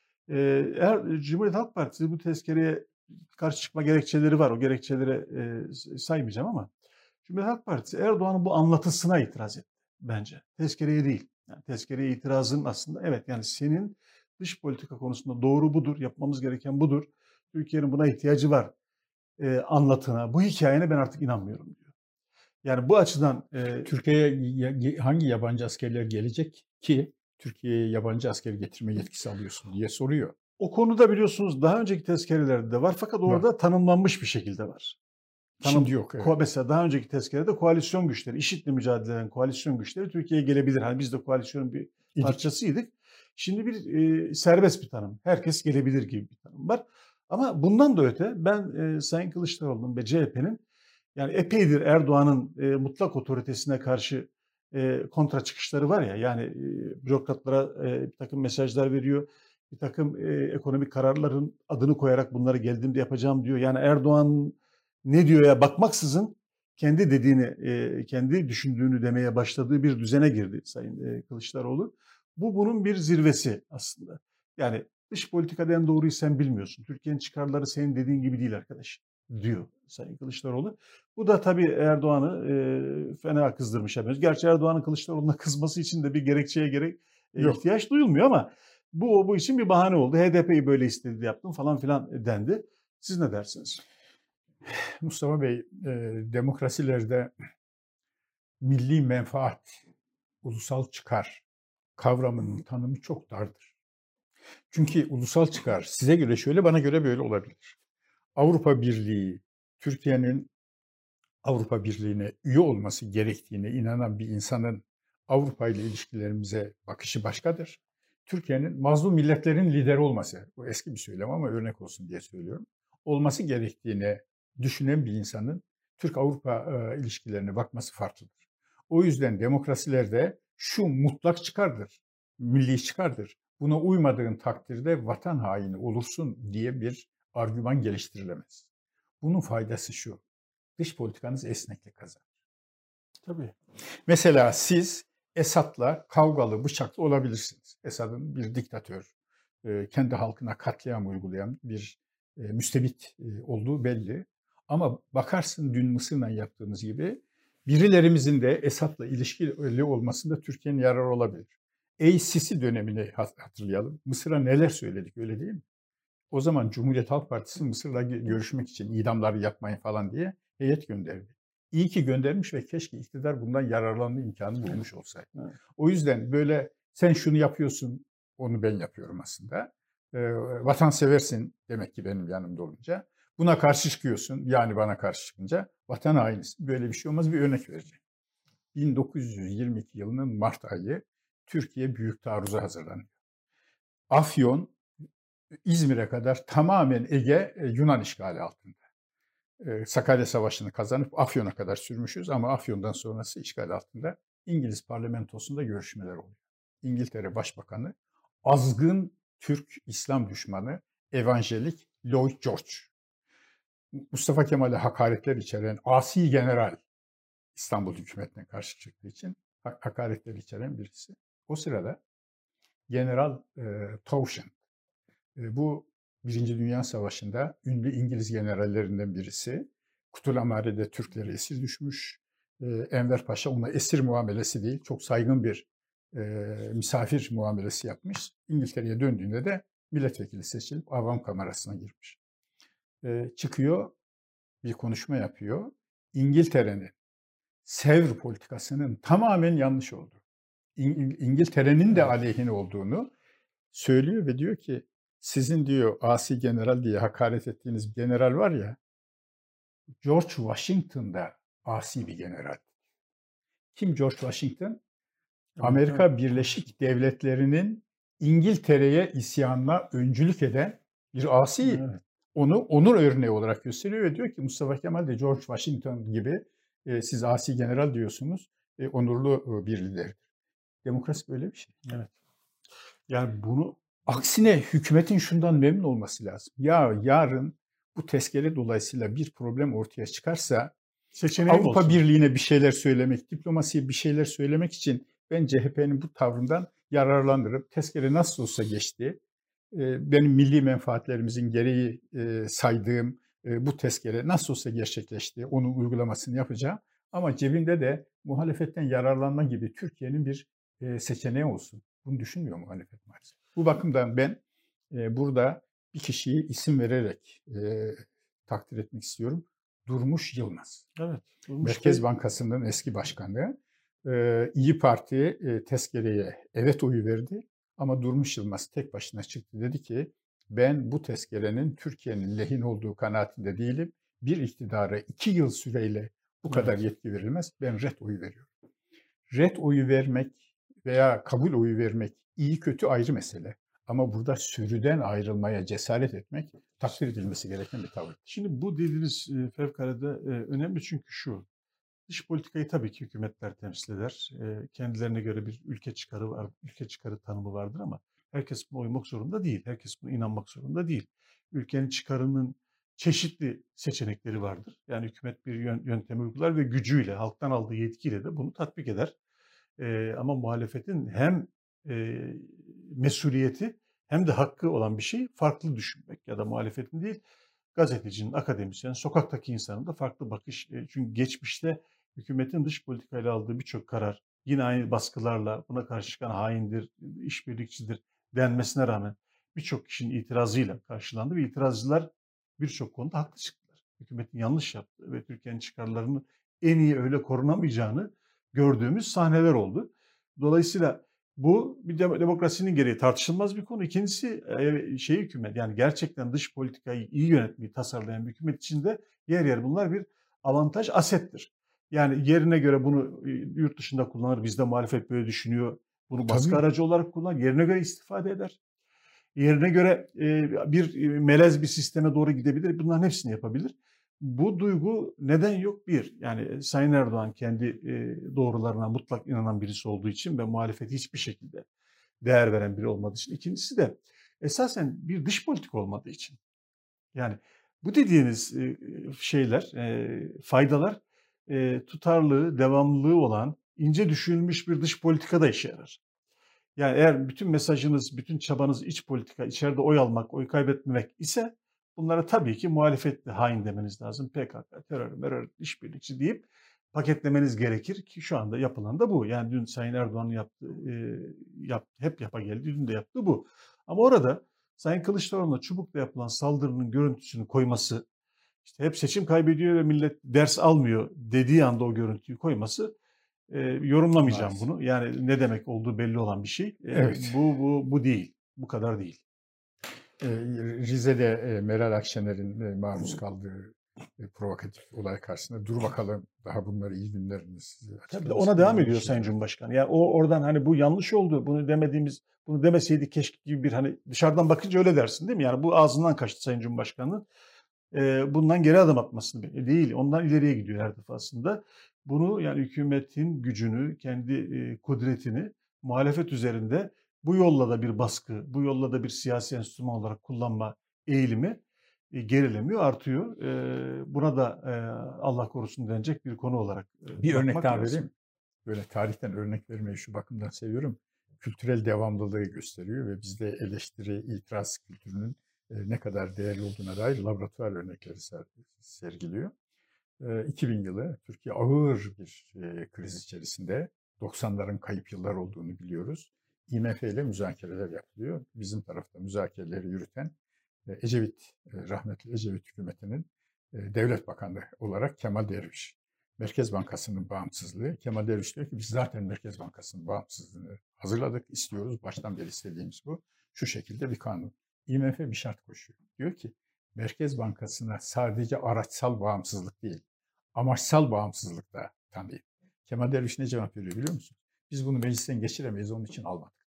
Eğer Cumhuriyet Halk Partisi bu tezkereye karşı çıkma gerekçeleri var. O gerekçeleri saymayacağım ama Cumhuriyet Halk Partisi Erdoğan'ın bu anlatısına itiraz etti bence. Tezkereye değil. Yani tezkereye itirazın aslında evet yani senin dış politika konusunda doğru budur, yapmamız gereken budur. Türkiye'nin buna ihtiyacı var anlatına, bu hikayene ben artık inanmıyorum diyor. Yani bu açıdan Türkiye'ye hangi yabancı askerler gelecek ki Türkiye'ye yabancı asker getirme yetkisi alıyorsun diye soruyor. O konuda biliyorsunuz daha önceki tezkerelerde de var fakat orada tanımlanmış bir şekilde var. Şimdi yok. Evet. Mesela daha önceki tezkerede koalisyon güçleri, IŞİD'le mücadele eden koalisyon güçleri Türkiye'ye gelebilir. Hani biz de koalisyonun bir parçasıydık. Şimdi bir serbest bir tanım. Herkes gelebilir gibi bir tanım var. Ama bundan da öte ben Sayın Kılıçdaroğlu'nun ve CHP'nin yani epeydir Erdoğan'ın mutlak otoritesine karşı kontra çıkışları var ya. Yani bürokratlara bir takım mesajlar veriyor. Bir takım ekonomik kararların adını koyarak bunları geldiğimde yapacağım diyor. Yani Erdoğan ne diyor ya bakmaksızın kendi dediğini, kendi düşündüğünü demeye başladığı bir düzene girdi Sayın Kılıçdaroğlu. Bunun bir zirvesi aslında. Yani dış politikada en doğruyu sen bilmiyorsun. Türkiye'nin çıkarları senin dediğin gibi değil arkadaş diyor Sayın Kılıçdaroğlu. Bu da tabii Erdoğan'ı fena kızdırmış. Gerçi Erdoğan'ın Kılıçdaroğlu'na kızması için de bir gerekçeye ihtiyaç duyulmuyor ama bu için bir bahane oldu. HDP'yi böyle istedi yaptım falan filan dendi. Siz ne dersiniz? Mustafa Bey, demokrasilerde milli menfaat, ulusal çıkar kavramının tanımı çok dardır. Çünkü ulusal çıkar size göre şöyle, bana göre böyle olabilir. Avrupa Birliği, Türkiye'nin Avrupa Birliği'ne üye olması gerektiğine inanan bir insanın Avrupa ile ilişkilerimize bakışı başkadır. Türkiye'nin mazlum milletlerin lideri olması, bu eski bir söylem ama örnek olsun diye söylüyorum, olması gerektiğine düşünen bir insanın Türk-Avrupa ilişkilerine bakması farklıdır. O yüzden demokrasilerde şu mutlak çıkardır, milli çıkardır. Buna uymadığın takdirde vatan haini olursun diye bir argüman geliştirilemez. Bunun faydası şu: dış politikanız esneklik kazanır. Tabii. Mesela siz Esad'la kavgalı, bıçaklı olabilirsiniz. Esad'ın bir diktatör, kendi halkına katliam uygulayan bir müstebit olduğu belli. Ama bakarsın dün Mısır'la yaptığımız gibi birilerimizin de Esad'la ilişkili olmasında Türkiye'nin yararı olabilir. Sisi dönemini hatırlayalım. Mısır'a neler söyledik, öyle değil mi? O zaman Cumhuriyet Halk Partisi Mısır'la görüşmek için idamları yapmayın falan diye heyet gönderdi. İyi ki göndermiş ve keşke iktidar bundan yararlanma imkanı bulmuş olsaydı. Evet. O yüzden böyle sen şunu yapıyorsun, onu ben yapıyorum aslında. Vatanseversin demek ki benim yanımda olunca. Buna karşı çıkıyorsun, yani bana karşı çıkınca vatan hainisin. Böyle bir şey olmaz, bir örnek vereceğim. 1922 yılının Mart ayı Türkiye büyük taarruza hazırlanıyor. Afyon, İzmir'e kadar tamamen Ege Yunan işgali altında. Sakarya Savaşı'nı kazanıp Afyon'a kadar sürmüşüz ama Afyon'dan sonrası işgal altında. İngiliz parlamentosunda görüşmeler oluyor. İngiltere Başbakanı azgın Türk İslam düşmanı evanjelik Lloyd George. Mustafa Kemal'e hakaretler içeren asi general, İstanbul hükümetine karşı çıktığı için hakaretler içeren birisi. O sırada General Townshend, bu Birinci Dünya Savaşı'nda ünlü İngiliz generallerinden birisi. Kutulamare'de Türklere esir düşmüş. Enver Paşa ona esir muamelesi değil, çok saygın bir misafir muamelesi yapmış. İngiltere'ye döndüğünde de milletvekili seçilip Avam Kamerası'na girmiş. Çıkıyor, bir konuşma yapıyor. İngiltere'nin Sevr politikasının tamamen yanlış olduğu, İngiltere'nin de aleyhine olduğunu söylüyor ve diyor ki sizin diyor asi general diye hakaret ettiğiniz bir general var ya, George Washington'da asi bir general. Kim George Washington? Amerika Birleşik Devletleri'nin İngiltere'ye isyanına öncülük eden bir asi. Evet. Onu onur örneği olarak gösteriyor ve diyor ki Mustafa Kemal de George Washington gibi siz asi general diyorsunuz, onurlu bir liderdir. Demokrasi böyle bir şey. Evet. Yani bunu aksine hükümetin şundan memnun olması lazım. Ya yarın bu tezkere dolayısıyla bir problem ortaya çıkarsa Avrupa Birliği'ne bir şeyler söylemek, diplomasiye bir şeyler söylemek için ben CHP'nin bu tavrından yararlanırım. Tezkere nasıl olsa geçti. Benim milli menfaatlerimizin gereği saydığım bu tezkere nasıl olsa gerçekleşti. Onun uygulamasını yapacağım. Ama cebimde de muhalefetten yararlanma gibi Türkiye'nin bir seçeneği olsun. Bunu düşünmüyor muhalefet maalesef. Bu bakımdan ben burada bir kişiyi isim vererek takdir etmek istiyorum. Durmuş Yılmaz. Evet. Merkez Bankası'nın eski başkanı. İYİ Parti tezkereye evet oyu verdi. Ama Durmuş Yılmaz tek başına çıktı. Dedi ki ben bu tezkerenin Türkiye'nin lehine olduğu kanaatinde değilim. Bir iktidara 2 yıl süreyle bu kadar yetki verilmez. Ben ret oyu veriyorum. Ret oyu vermek veya kabul oyu vermek iyi kötü ayrı mesele. Ama burada sürüden ayrılmaya cesaret etmek takdir edilmesi gereken bir tavır. Şimdi bu dediğiniz fevkalade önemli çünkü şu. Dış politikayı tabii ki hükümetler temsil eder. Kendilerine göre bir ülke çıkarı var, ülke çıkarı tanımı vardır ama herkes buna uymak zorunda değil. Herkes buna inanmak zorunda değil. Ülkenin çıkarının çeşitli seçenekleri vardır. Yani hükümet bir yöntemi uygular ve gücüyle, halktan aldığı yetkiyle de bunu tatbik eder. Ama muhalefetin hem mesuliyeti hem de hakkı olan bir şey farklı düşünmek ya da muhalefetin değil, gazetecinin, akademisyenin, sokaktaki insanın da farklı bakış. Çünkü geçmişte hükümetin dış politikayla aldığı birçok karar yine aynı baskılarla buna karşı çıkan haindir, işbirlikçidir denmesine rağmen birçok kişinin itirazıyla karşılandı ve itirazcılar birçok konuda haklı çıktılar. Hükümetin yanlış yaptığı ve Türkiye'nin çıkarlarını en iyi öyle korunamayacağını gördüğümüz sahneler oldu. Dolayısıyla bu bir demokrasinin gereği tartışılmaz bir konu. İkincisi hükümet yani gerçekten dış politikayı iyi yönetmeyi tasarlayan bir hükümet için de yer yer bunlar bir avantaj, asettir. Yani yerine göre bunu yurt dışında kullanır. Bizde muhalefet böyle düşünüyor. Bunu baskı aracı olarak kullanır. Yerine göre istifade eder. Yerine göre bir melez bir sisteme doğru gidebilir. Bunların hepsini yapabilir. Bu duygu neden yok? Bir, yani Sayın Erdoğan kendi doğrularına mutlak inanan birisi olduğu için ve muhalefeti hiçbir şekilde değer veren biri olmadığı için. İkincisi de esasen bir dış politik olmadığı için. Yani bu dediğiniz şeyler, faydalar tutarlılığı, devamlılığı olan ince düşünülmüş bir dış politikada işe yarar. Yani eğer bütün mesajınız, bütün çabanız iç politika, içeride oy almak, oy kaybetmemek ise bunlara tabii ki muhalefetle hain demeniz lazım. PKK, terör, işbirlikçi deyip paketlemeniz gerekir ki şu anda yapılan da bu. Yani dün Sayın Erdoğan'ın hep yapa geldi, dün de yaptığı bu. Ama orada Sayın Kılıçdaroğlu'na çubukla yapılan saldırının görüntüsünü koyması, işte hep seçim kaybediyor ve millet ders almıyor dediği anda o görüntüyü koyması, yorumlamayacağım bunu. Yani ne demek olduğu belli olan bir şey. Evet. Bu değil. Bu kadar değil. Rize'de Meral Akşener'in maruz kaldığı provokatif olay karşısında dur bakalım daha bunları iyi günleriniz. Tabii ona devam ediyor Sayın Cumhurbaşkanı. Yani oradan hani bu yanlış oldu. Bunu demeseydi keşke gibi bir hani dışarıdan bakınca öyle dersin değil mi? Yani bu ağzından kaçtı Sayın Cumhurbaşkanı'nın. Bundan geri adım atmasını değil. Ondan ileriye gidiyor her defasında. Bunu yani hükümetin gücünü, kendi kudretini muhalefet üzerinde bu yolla da bir baskı, bu yolla da bir siyasi enstrüman olarak kullanma eğilimi gerilemiyor, artıyor. Buna da Allah korusun denecek bir konu olarak Bir örnek bakmak daha lazım. vereyim. Böyle tarihten örnek vermeyi şu bakımdan seviyorum. Kültürel devamlılığı gösteriyor ve bizde eleştiri, itiraz kültürünün ne kadar değerli olduğuna dair laboratuvar örnekleri sergiliyor. 2000 yılı Türkiye ağır bir kriz içerisinde. 90'ların kayıp yıllar olduğunu biliyoruz. IMF ile müzakereler yapılıyor. Bizim tarafta müzakereleri yürüten rahmetli Ecevit hükümetinin devlet bakanı olarak Kemal Derviş. Merkez Bankası'nın bağımsızlığı. Kemal Derviş diyor ki biz zaten Merkez Bankası'nın bağımsızlığını hazırladık, istiyoruz. Baştan beri istediğimiz bu. Şu şekilde bir kanun. IMF bir şart koşuyor. Diyor ki Merkez Bankası'na sadece araçsal bağımsızlık değil, amaçsal bağımsızlık da tanıyın. Kemal Derviş ne cevap veriyor biliyor musun? Biz bunu meclisten geçiremeyiz, onun için almadık.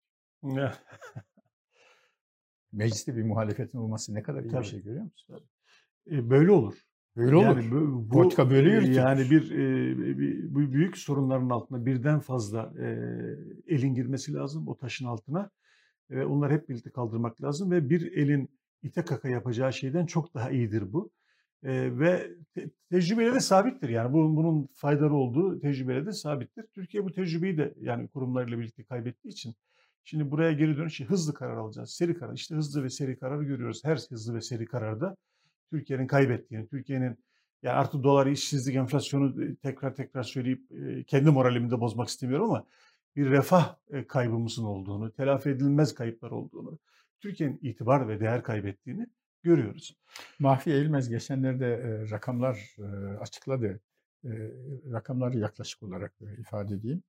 Mecliste bir muhalefetin olması ne kadar iyi bir şey, görüyor musun? Böyle olur. Böyle Yani olur. bu Politika böyle yürütülür. Yani bu büyük sorunların altında birden fazla elin girmesi lazım o taşın altına. Onları hep birlikte kaldırmak lazım ve bir elin ite kaka yapacağı şeyden çok daha iyidir bu. Ve tecrübeyle de sabittir. Yani bunun faydalı olduğu tecrübeyle de sabittir. Türkiye bu tecrübeyi de yani kurumlarıyla birlikte kaybettiği için şimdi buraya geri dönüş hızlı karar alacağız. Seri karar. İşte hızlı ve seri kararı görüyoruz. Her hızlı ve seri kararda Türkiye'nin kaybettiğini, Türkiye'nin yani artık dolar, işsizlik, enflasyonu tekrar söyleyip kendi moralimi de bozmak istemiyorum ama bir refah kaybımızın olduğunu, telafi edilmez kayıplar olduğunu, Türkiye'nin itibar ve değer kaybettiğini görüyoruz. Mahfi Eğilmez geçenlerde rakamlar açıkladı. Rakamları yaklaşık olarak ifade edeyim.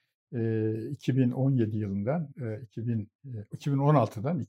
2017 yılından 2016'dan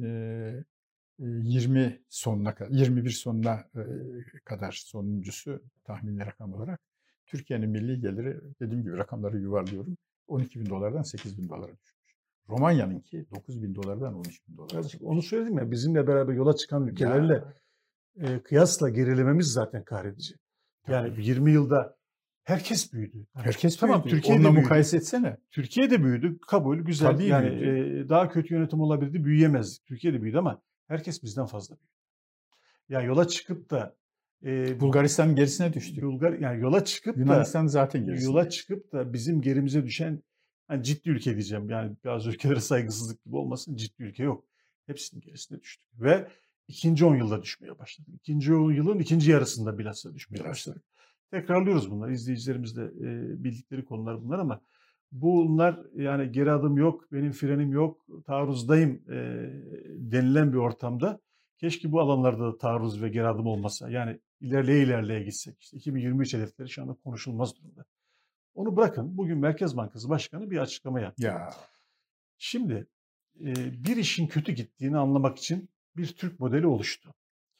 2020 sonuna kadar, 21 sonuna kadar sonuncusu tahmini rakam olarak Türkiye'nin milli geliri, dediğim gibi rakamları yuvarlıyorum, 12 bin dolardan 8 bin dolara düşmüş. Romanya'nınki 9 bin dolardan 13 bin dolara çıkmış. Onu söyledim ya, bizimle beraber yola çıkan ülkelerle kıyasla gerilememiz zaten kahredici. Yani 20 yılda herkes büyüdü. Herkes tamam, büyüdü. Türkiye'de onunla büyüdü. mukayese etsene. Türkiye'de büyüdü, kabul, güzel. Tabii yani büyüdü. daha kötü yönetim olabilirdi, büyüyemezdik. Türkiye'de büyüdü ama herkes bizden fazla büyüdü. Yani yola çıkıp da Bulgaristan'ın gerisine düştü. Yani yola çıkıp Yunanistan zaten gerisinde. Yola çıkıp da bizim gerimize düşen, yani ciddi ülke diyeceğim. Yani bazı ülkelere saygısızlık gibi olmasın, ciddi ülke yok. Hepsinin gerisine düştük. Ve ikinci 10 yılda düşmeye başladık. İkinci 10 yılın ikinci yarısında bilhassa düşmeye başladık. Tekrarlıyoruz bunları. İzleyicilerimiz de bildikleri konular bunlar ama bunlar yani geri adım yok, benim frenim yok, taarruzdayım denilen bir ortamda keşke bu alanlarda da taarruz ve geri adım olmasa. Yani ilerleye gitsek. İşte 2023 hedefleri şu anda konuşulmaz durumda. Onu bırakın. Bugün Merkez Bankası Başkanı bir açıklama yaptı. Ya. Şimdi bir işin kötü gittiğini anlamak için bir Türk modeli oluştu.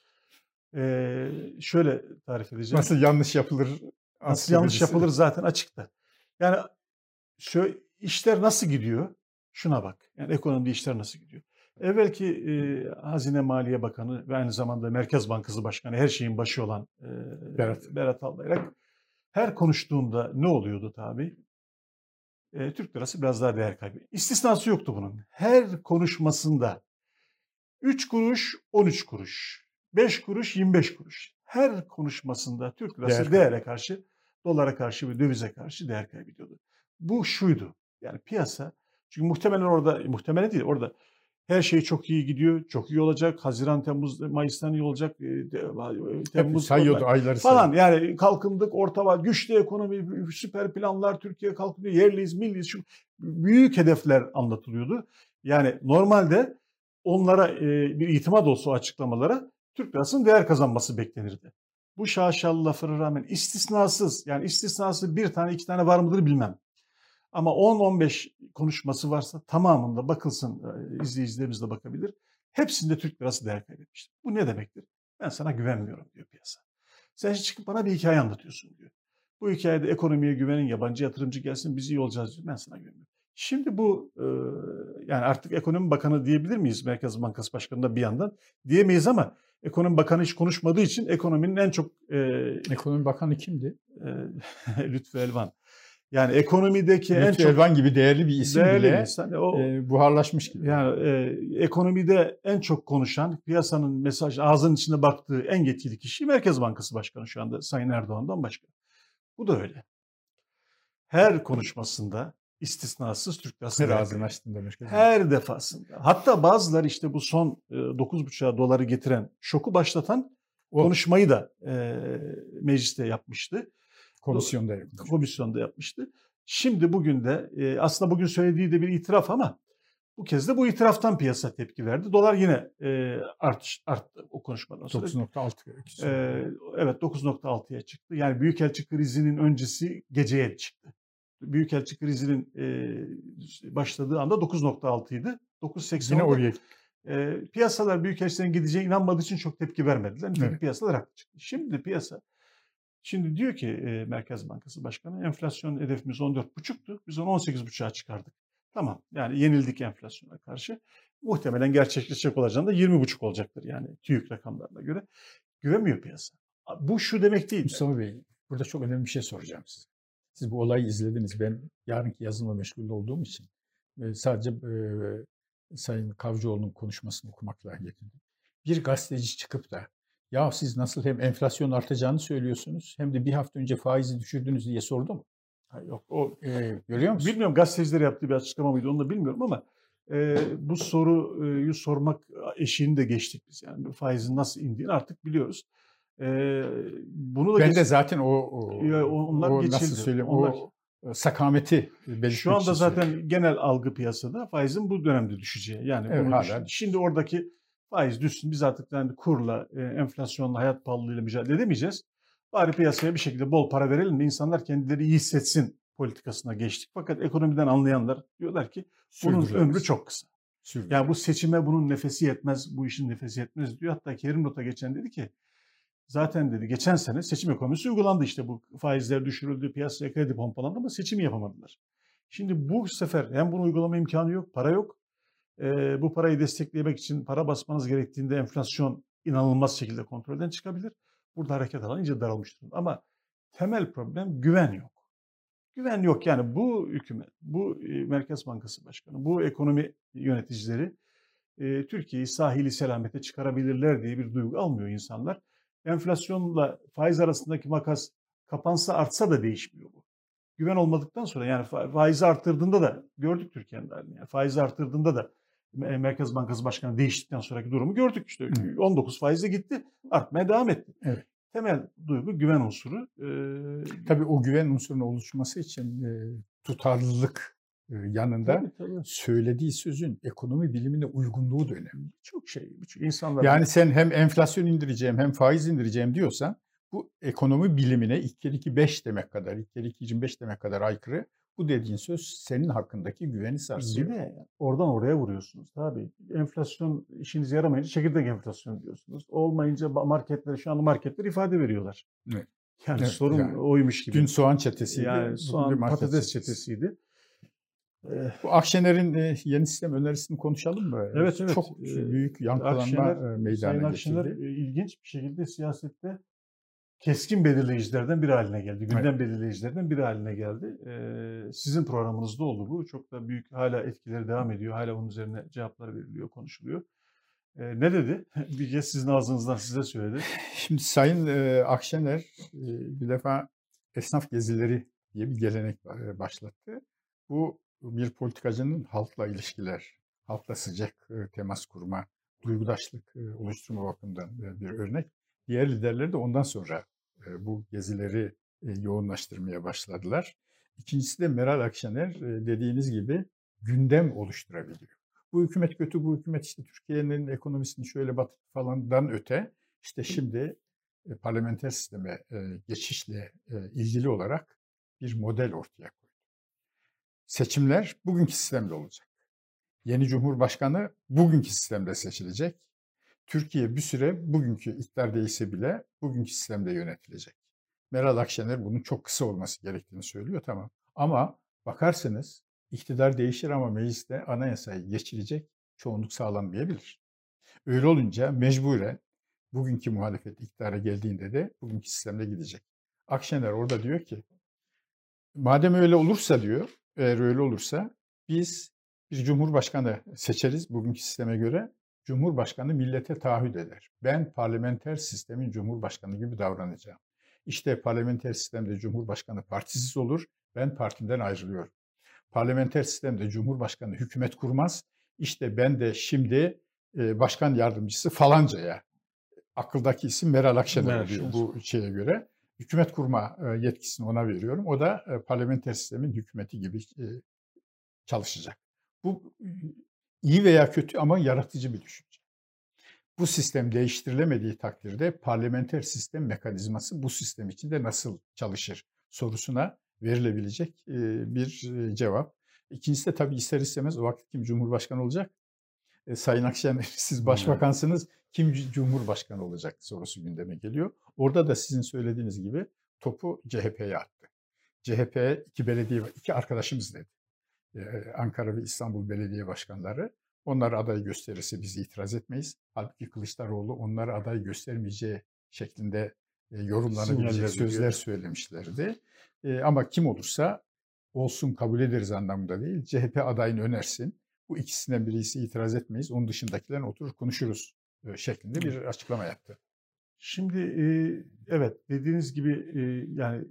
Şöyle tarif edeceğim. Nasıl yanlış yapılır? Nasıl yanlış yapılır zaten açıkta. Yani şöyle, işler nasıl gidiyor? Şuna bak. Yani ekonomide işler nasıl gidiyor? Evvelki Hazine Maliye Bakanı ve aynı zamanda Merkez Bankası Başkanı, her şeyin başı olan Berat Albayrak her konuştuğunda ne oluyordu tabii? Türk lirası biraz daha değer kaybediyor. İstisnası yoktu bunun. Her konuşmasında 3 kuruş, 13 kuruş, 5 kuruş, 25 kuruş. Her konuşmasında Türk lirası değere karşı, dolara karşı ve dövize karşı değer kaybediyordu. Bu şuydu. Yani piyasa, çünkü muhtemelen değil, orada her şey çok iyi gidiyor, çok iyi olacak. Haziran, Temmuz, Mayıs'tan iyi olacak. Temmuz sayıyordu ayları falan. Yani kalkındık, orta var, güçlü ekonomi, süper planlar, Türkiye kalkınıyor, yerliyiz, milliyiz. Şu büyük hedefler anlatılıyordu. Yani normalde onlara bir itimat olsa o açıklamalara Türk lirasının değer kazanması beklenirdi. Bu şaşalı laflara rağmen istisnasız, yani istisnası bir tane iki tane var mıdır bilmem. Ama 10-15 konuşması varsa tamamında bakılsın, izleyicilerimiz de bakabilir. Hepsinde Türk lirası değer kaybetmiştir. Bu ne demektir? Ben sana güvenmiyorum diyor piyasa. Sen çıkıp bana bir hikaye anlatıyorsun diyor. Bu hikayede ekonomiye güvenin, yabancı yatırımcı gelsin, biz iyi olacağız diyor. Ben sana güvenmiyorum. Şimdi bu yani artık Ekonomi Bakanı diyebilir miyiz Merkez Bankası Başkanı da bir yandan? Diyemeyiz ama Ekonomi Bakanı hiç konuşmadığı için ekonominin en çok... Ekonomi Bakanı kimdi? Lütfü Elvan. Yani ekonomideki en Lütfü çok Elvan gibi değerli bir isim değerli bir bile insan. O buharlaşmış gibi. yani ekonomide en çok konuşan, piyasanın mesaj ağzının içine baktığı en yetkili kişi Merkez Bankası Başkanı şu anda Sayın Erdoğan'dan başka. Bu da öyle. Her konuşmasında istisnasız Türk lirası Her değer ağzını veriyor. açtığında Merkez Bankası. Her defasında. Hatta bazıları işte bu son 9,5 doları getiren, şoku başlatan konuşmayı da mecliste yapmıştı. Komisyonda yapmış. Komisyonda yapmıştı. Şimdi bugün de aslında bugün söylediği de bir itiraf ama bu kez de bu itiraftan piyasa tepki verdi. Dolar yine arttı o konuşmadan sonra. 9.6. Evet 9,6'ya çıktı. Yani Büyükelçi krizinin öncesi geceye çıktı. Büyükelçi krizinin başladığı anda 9,6 idi. 9,80 Yine oldu. oraya gitti. Piyasalar Büyükelçilerin gideceğine inanmadığı için çok tepki vermediler. Nitekim Evet. piyasalar haklı çıktı. Şimdi diyor ki Merkez Bankası Başkanı enflasyon hedefimiz 14,5'tu. Biz onu 18,5'a çıkardık. Tamam yani yenildik enflasyona karşı. Muhtemelen gerçekleşecek olacağında da 20,5 olacaktır yani TÜİK rakamlarına göre. Güvenmiyor piyasa. Bu şu demek değil. Mustafa Bey, burada çok önemli bir şey soracağım size. Siz bu olayı izlediniz. Ben yarınki yazılımla meşgul olduğum için sadece Sayın Kavcıoğlu'nun konuşmasını okumakla yetindim. Bir gazeteci çıkıp da ya siz nasıl hem enflasyon artacağını söylüyorsunuz hem de bir hafta önce faizi düşürdünüz diye sordu mu? Yok o görüyor musun? Bilmiyorum gazeteciler yaptığı bir açıklama mıydı onu da bilmiyorum ama bu soruyu sormak eşiğini de geçtik biz. Yani faizin nasıl indiğini artık biliyoruz. Bunu da ben de zaten onlar geçildi. Nasıl söyleyeyim o sakameti belirtmek şu anda için zaten söyleyeyim. Genel algı piyasada faizin bu dönemde düşeceği. Yani Evet, bunu hala. şimdi oradaki faiz düşsün biz artık yani kurla, enflasyonla, hayat pahalılığıyla mücadele edemeyeceğiz. Bari piyasaya bir şekilde bol para verelim de insanlar kendileri iyi hissetsin politikasına geçtik. Fakat ekonomiden anlayanlar diyorlar ki bunun ömrü çok kısa. Yani bu seçime bunun nefesi yetmez, bu işin nefesi yetmez diyor. Hatta Kerim Not'a geçen dedi ki zaten dedi geçen sene seçim ekonomisi uygulandı işte bu faizler düşürüldü, piyasaya kredi pompalandı ama seçimi yapamadılar. Şimdi bu sefer hem bunu uygulama imkanı yok, para yok. Bu parayı desteklemek için para basmanız gerektiğinde enflasyon inanılmaz şekilde kontrolden çıkabilir. Burada hareket alanı iyice daralmış durumda. Ama temel problem güven yok. Güven yok yani bu hükümet, bu Merkez Bankası Başkanı, bu ekonomi yöneticileri Türkiye'yi sahili selamete çıkarabilirler diye bir duygu almıyor insanlar. Enflasyonla faiz arasındaki makas kapansa artsa da değişmiyor bu. Güven olmadıktan sonra yani faizi arttırdığında da gördük Türkiye'nin halini. Yani faizi arttırdığında da Merkez Bankası Başkanı değiştikten sonraki durumu gördük işte. 19 faizle gitti, artmaya devam etti. Evet. Temel duygu güven unsuru. Tabii o güven unsurunun oluşması için tutarlılık yanında tabii. söylediği sözün ekonomi bilimine uygunluğu da önemli. Çok insanlar. Yani sen hem enflasyon indireceğim hem faiz indireceğim diyorsan bu ekonomi bilimine 2 kere 2 5 demek kadar, 2 kere 2 25 demek kadar aykırı. Bu dediğin söz senin hakkındaki güveni sarsıyor. Bir de oradan oraya vuruyorsunuz. Tabii enflasyon işinize yaramayınca çekirdek enflasyon diyorsunuz. Olmayınca marketler şu anda marketler ifade veriyorlar. Evet. Yani sorun oymuş gibi. Dün soğan çetesiydi. Yani soğan patates çetesiydi. Bu Akşener'in yeni sistem önerisini konuşalım mı? Evet. Çok büyük yankılanma meydana getirdi. İlginç bir şekilde siyasette keskin belirleyicilerden biri haline geldi. Gündem belirleyicilerden biri haline geldi. Sizin programınızda oldu bu. Çok da büyük hala etkileri devam ediyor. Hala onun üzerine cevaplar veriliyor, konuşuluyor. Ne dedi? Bir kez sizin ağzınızdan size söyledi. Şimdi Sayın Akşener bir defa esnaf gezileri diye bir gelenek başlattı. Bu bir politikacının halkla ilişkiler, halkla sıcak temas kurma, duygudaşlık oluşturma bakımından bir örnek. Diğer liderler de ondan sonra bu gezileri yoğunlaştırmaya başladılar. İkincisi de Meral Akşener dediğiniz gibi gündem oluşturabiliyor. Bu hükümet kötü, bu hükümet işte Türkiye'nin ekonomisini şöyle batı falandan öte işte şimdi parlamenter sisteme geçişle ilgili olarak bir model ortaya koydu. Seçimler bugünkü sistemde olacak. Yeni Cumhurbaşkanı bugünkü sistemde seçilecek. Türkiye bir süre bugünkü iktidar değilse bile bugünkü sistemde yönetilecek. Meral Akşener bunun çok kısa olması gerektiğini söylüyor, tamam. Ama bakarsınız iktidar değişir ama mecliste anayasayı geçirecek çoğunluk sağlanmayabilir. Öyle olunca mecburen bugünkü muhalefet iktidara geldiğinde de bugünkü sistemde gidecek. Akşener orada diyor ki Madem öyle olursa diyor, eğer öyle olursa biz bir cumhurbaşkanı seçeriz bugünkü sisteme göre. Cumhurbaşkanı millete taahhüt eder. Ben parlamenter sistemin cumhurbaşkanı gibi davranacağım. İşte parlamenter sistemde cumhurbaşkanı partisiz olur. Ben partimden ayrılıyorum. Parlamenter sistemde cumhurbaşkanı hükümet kurmaz. İşte ben de şimdi başkan yardımcısı falancaya, akıldaki isim Meral Akşener Meral oluyor Akşener. bu şeye göre. Hükümet kurma yetkisini ona veriyorum. O da parlamenter sistemin hükümeti gibi çalışacak. Bu iyi veya kötü ama yaratıcı bir düşünce. Bu sistem değiştirilemediği takdirde parlamenter sistem mekanizması bu sistem içinde nasıl çalışır sorusuna verilebilecek bir cevap. İkincisi de tabii ister istemez o vakit kim Cumhurbaşkanı olacak? Sayın Akşener siz başbakansınız, kim Cumhurbaşkanı olacak sorusu gündeme geliyor. Orada da sizin söylediğiniz gibi topu CHP'ye attı. CHP iki arkadaşımız dedi. Ankara ve İstanbul belediye başkanları. Onlar aday gösterirse biz itiraz etmeyiz. Halbuki Kılıçdaroğlu onları aday göstermeyeceği şeklinde yorumlanabilecek sözler söylemişlerdi. Ama kim olursa olsun kabul ederiz anlamında değil. CHP adayını önersin. Bu ikisinden birisi itiraz etmeyiz. Onun dışındakilerin oturur konuşuruz şeklinde bir açıklama yaptı. Şimdi evet dediğiniz gibi yani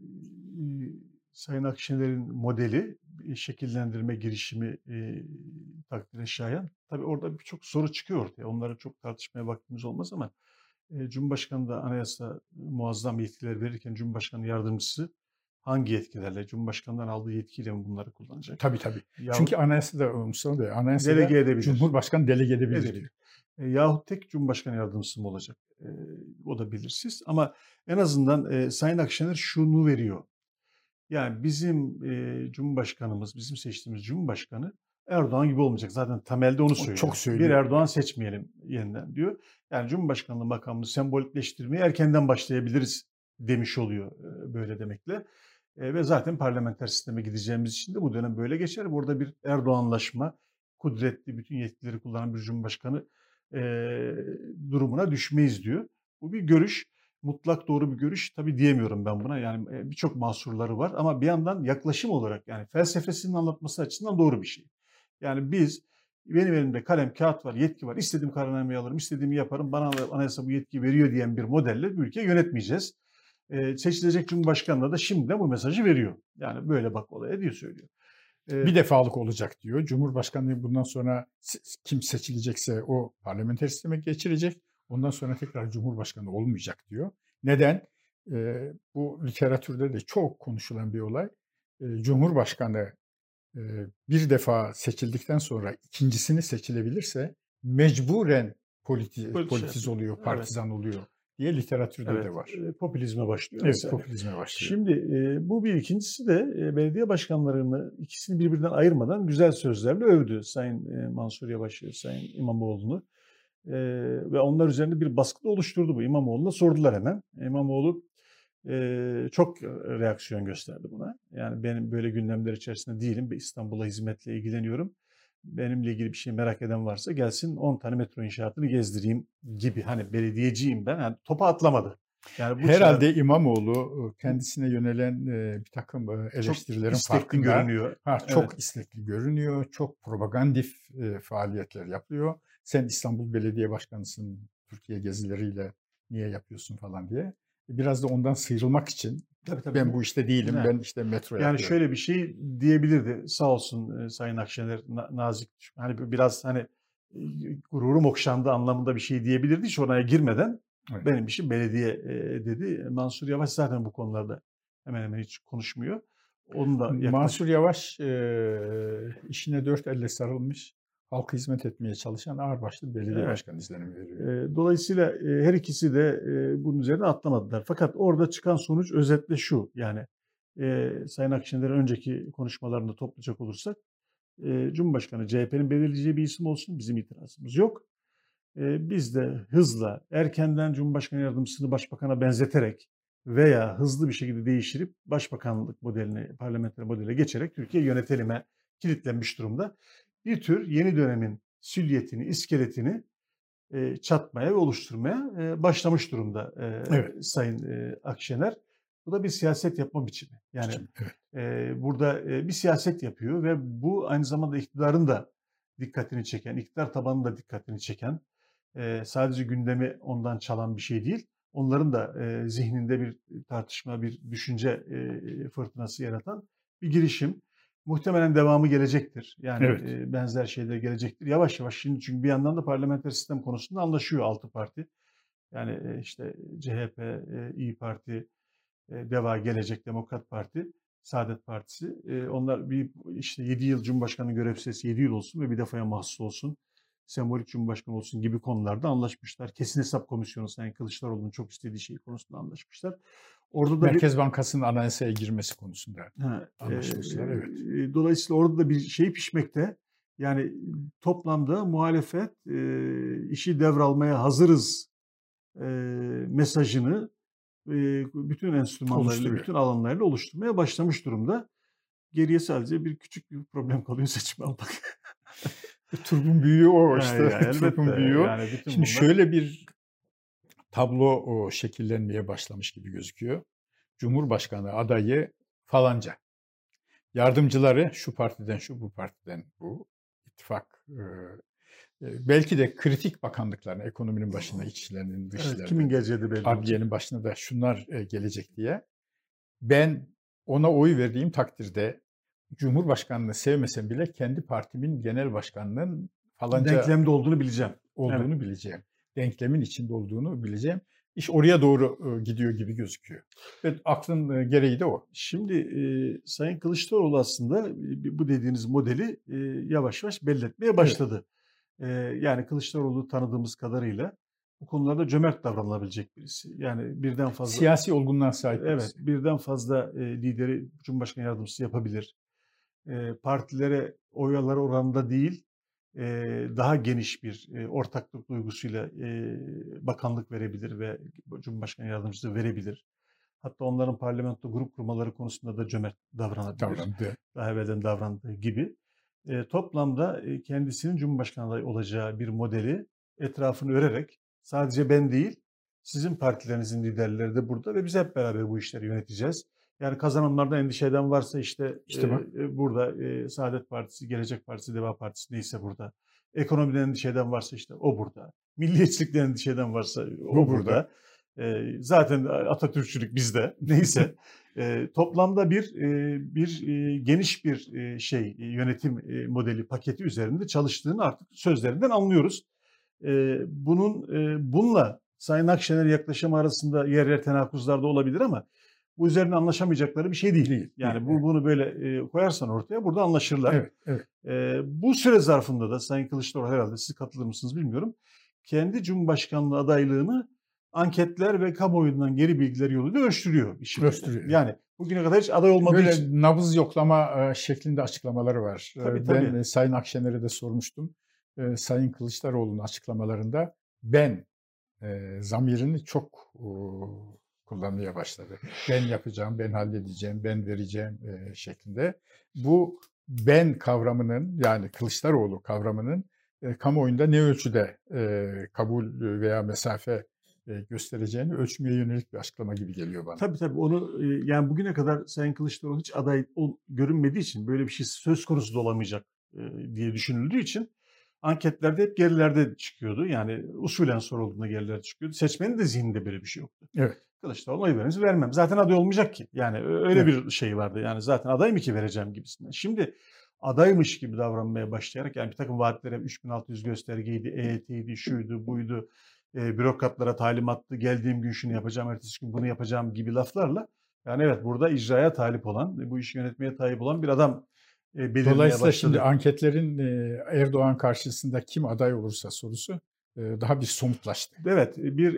Sayın Akşener'in modeli şekillendirme girişimi takdire şayan. Tabii orada birçok soru çıkıyor ortaya. Onları çok tartışmaya vaktimiz olmaz ama Cumhurbaşkanı da anayasa muazzam yetkiler verirken Cumhurbaşkanı yardımcısı hangi yetkilerle, Cumhurbaşkanı'ndan aldığı yetkiyle mi bunları kullanacak? Tabii tabii. Yahut Çünkü anayasada Mustafa Bey, anayasada delege edebilir. Cumhurbaşkanı delege edebilir diyor. Yahut tek Cumhurbaşkanı yardımcısı mı olacak? O da belirsiz. Ama en azından Sayın Akşener şunu veriyor. Yani bizim Cumhurbaşkanımız, bizim seçtiğimiz Cumhurbaşkanı Erdoğan gibi olmayacak. Zaten temelde onu söylüyor. Çok söylüyor. Bir Erdoğan seçmeyelim yeniden diyor. Yani Cumhurbaşkanlığı makamını sembolikleştirmeye erkenden başlayabiliriz demiş oluyor böyle demekle. Ve zaten parlamenter sisteme gideceğimiz için de bu dönem böyle geçer. Burada bir Erdoğanlaşma, kudretli bütün yetkileri kullanan bir Cumhurbaşkanı durumuna düşmeyiz diyor. Bu bir görüş. Mutlak doğru bir görüş tabii diyemiyorum ben buna. Yani birçok mahsurları var ama bir yandan yaklaşım olarak yani felsefesinin anlatması açısından doğru bir şey. Yani benim elimde kalem, kağıt var, yetki var. İstediğim kararnameyi alırım, istediğimi yaparım. Bana anayasa bu yetkiyi veriyor diyen bir modelle bir ülkeyi yönetmeyeceğiz. Seçilecek Cumhurbaşkanı da şimdiden bu mesajı veriyor. Yani böyle bak olaya diye söylüyor. Bir defalık olacak diyor. Cumhurbaşkanlığı bundan sonra kim seçilecekse o parlamenter sisteme geçirecek. Ondan sonra tekrar Cumhurbaşkanı olmayacak diyor. Neden? Bu literatürde de çok konuşulan bir olay. Cumhurbaşkanı bir defa seçildikten sonra ikincisini seçilebilirse mecburen politiz oluyor, partizan oluyor diye literatürde de var. Popülizme başlıyor. Evet, popülizme başlıyor. Şimdi bu bir. İkincisi de belediye başkanlarını ikisini birbirinden ayırmadan güzel sözlerle övdü Sayın Mansur Yavaş'ı, Sayın İmamoğlu'nu. Ve onlar üzerinde bir baskı da oluşturdu bu. İmamoğlu'na sordular hemen. İmamoğlu çok reaksiyon gösterdi buna. Yani benim böyle gündemler içerisinde değilim. İstanbul'a hizmetle ilgileniyorum. Benimle ilgili bir şey merak eden varsa gelsin 10 tane metro inşaatını gezdireyim gibi. Hani belediyeciyim ben. Yani topa atlamadı. Yani bu herhalde İmamoğlu kendisine yönelen bir takım eleştirilerin farkında görünüyor. Çok istekli görünüyor. Çok propagandif faaliyetler yapıyor. Sen İstanbul Belediye Başkanısın, Türkiye gezileriyle niye yapıyorsun falan diye. Biraz da ondan sıyrılmak için tabii. Ben bu işte değilim, ben işte metro yapıyorum. Yani şöyle bir şey diyebilirdi. Sağ olsun Sayın Akşener nazik. Hani biraz hani gururum okşandı anlamında bir şey diyebilirdi hiç oraya girmeden. Evet. Benim işim belediye dedi. Mansur Yavaş zaten bu konularda hemen hemen hiç konuşmuyor. Onu da Mansur Yavaş işine dört elle sarılmış, halka hizmet etmeye çalışan ağırbaşlı belediye başkanı izlenimi veriyor. Dolayısıyla her ikisi de bunun üzerine atlamadılar. Fakat orada çıkan sonuç özetle şu. Yani Sayın Akşener'in önceki konuşmalarında toplayacak olursak Cumhurbaşkanı CHP'nin belirleyeceği bir isim olsun. Bizim itirazımız yok. Biz de hızla erkenden Cumhurbaşkanı yardımcısını başbakana benzeterek veya hızlı bir şekilde değiştirip başbakanlık modeline, parlamenter modele geçerek Türkiye yönetelime kilitlenmiş durumda. Bir tür yeni dönemin sülyetini, iskeletini çatmaya ve oluşturmaya başlamış durumda Sayın Akşener. Bu da bir siyaset yapma biçimi. Yani Biçim, evet. burada bir siyaset yapıyor ve bu aynı zamanda iktidarın da dikkatini çeken, iktidar tabanının da dikkatini çeken, sadece gündemi ondan çalan bir şey değil. Onların da zihninde bir tartışma, bir düşünce fırtınası yaratan bir girişim. Muhtemelen devamı gelecektir. Yani Evet. benzer şeyler gelecektir. Yavaş yavaş şimdi çünkü bir yandan da parlamenter sistem konusunda anlaşıyor 6 parti. Yani işte CHP, İyi Parti, DEVA, Gelecek, Demokrat Parti, Saadet Partisi. Onlar bir işte 7 yıl Cumhurbaşkanı görev süresi 7 yıl olsun ve bir defaya mahsus olsun. Sembolik Cumhurbaşkanı olsun gibi konularda anlaşmışlar. Kesin Hesap Komisyonu Sayın Kılıçdaroğlu'nun çok istediği şey konusunda anlaşmışlar. Orada da bir Merkez Bankası'nın anayasaya girmesi konusunda ha, anlaşmışlar. Evet. dolayısıyla orada da bir şey pişmekte. Yani toplamda muhalefet işi devralmaya hazırız mesajını bütün enstrümanlarıyla, Oluşturuyor. bütün alanlarıyla oluşturmaya başlamış durumda. Geriye sadece bir küçük bir problem kalıyor, seçim almak. Turp'un büyüğü o Yani, işte. yani elbette Turp'un büyüğü o. yani bütün Şimdi bunlar şöyle bir tablo şekillenmeye başlamış gibi gözüküyor. Cumhurbaşkanı adayı falanca. Yardımcıları şu partiden şu, bu partiden bu. İttifak. Belki de kritik bakanlıkların, ekonominin başına, içişlerinin, evet, kimin dışişlerinin, geleceği de belli olacak. adliyenin başına da şunlar gelecek diye. Ben ona oy verdiğim takdirde Cumhurbaşkanını sevmesem bile kendi partimin genel başkanının falanca Denklemde olduğunu bileceğim. Evet. olduğunu bileceğim. Denklemin içinde olduğunu bileceğim. İş oraya doğru gidiyor gibi gözüküyor. Ve aklın gereği de o. Şimdi Sayın Kılıçdaroğlu aslında bu dediğiniz modeli yavaş yavaş belli etmeye başladı. Yani Kılıçdaroğlu tanıdığımız kadarıyla bu konularda cömert davranılabilecek birisi. Yani birden fazla Siyasi olgunluğa sahip evet, birisi. birden fazla lideri Cumhurbaşkanı yardımcısı yapabilir. Partilere oy alır oranında değil, daha geniş bir ortaklık duygusuyla bakanlık verebilir ve Cumhurbaşkanı yardımcısı verebilir. Hatta onların parlamento grup kurmaları konusunda da cömert davranabilir. Davrandı. Daha evvelden davrandığı gibi. Toplamda kendisinin Cumhurbaşkanı adayı olacağı bir modeli etrafını örerek sadece ben değil, sizin partilerinizin liderleri de burada ve biz hep beraber bu işleri yöneteceğiz. Yani kazananlardan endişe eden varsa işte İşte bak. burada Saadet Partisi, Gelecek Partisi, Deva Partisi neyse burada. Ekonomiden endişe eden varsa işte o burada. Milliyetçilikten endişe eden varsa o Bu burada. burada. Zaten Atatürkçülük bizde. Neyse. Toplamda geniş bir yönetim modeli paketi üzerinde çalıştığını artık sözlerinden anlıyoruz. Bununla Sayın Akşener yaklaşımı arasında yer yer tenakuzlar da olabilir ama bu üzerine anlaşamayacakları bir şey değil. Değil. Yani Değil. bunu böyle koyarsan ortaya burada anlaşırlar. Evet. Evet. Bu süre zarfında da Sayın Kılıçdaroğlu herhalde siz katılır mısınız bilmiyorum. Kendi Cumhurbaşkanlığı adaylığını anketler ve kamuoyundan geri bilgiler yoluyla ölçtürüyor bir şekilde. Ölçtürüyor. Yani bugüne kadar hiç aday olmadığı Böyle için. nabız yoklama şeklinde açıklamaları var. Tabii, Ben tabii. Sayın Akşener'e de sormuştum. Sayın Kılıçdaroğlu'nun açıklamalarında ben zamirini çok kullanmaya başladı. Ben yapacağım, ben halledeceğim, ben vereceğim şeklinde. Bu ben kavramının, yani Kılıçdaroğlu kavramının kamuoyunda ne ölçüde kabul veya mesafe göstereceğini ölçmeye yönelik bir açıklama gibi geliyor bana. Tabii onu yani bugüne kadar Sayın Kılıçdaroğlu hiç aday görünmediği için böyle bir şey söz konusu da olamayacak diye düşünüldüğü için anketlerde hep gerilerde çıkıyordu. Yani usulen sorulduğunda gerilerde çıkıyordu. Seçmenin de zihninde böyle bir şey yoktu. Evet. Kılıçdaroğlu oy veririz vermem. Zaten aday olmayacak ki. Yani öyle Evet. bir şey vardı. Yani zaten aday mı ki vereceğim gibisinden. Şimdi adaymış gibi davranmaya başlayarak yani bir takım vaatlere 3600 göstergeydi, EYT'ydi, şuydu, buydu, bürokratlara talimattı, geldiğim gün şunu yapacağım, ertesi gün bunu yapacağım gibi laflarla yani evet burada icraya talip olan, bu işi yönetmeye talip olan bir adam belirmeye Dolayısıyla şimdi başladı. anketlerin Erdoğan karşısında kim aday olursa sorusu daha bir somutlaştı. Evet,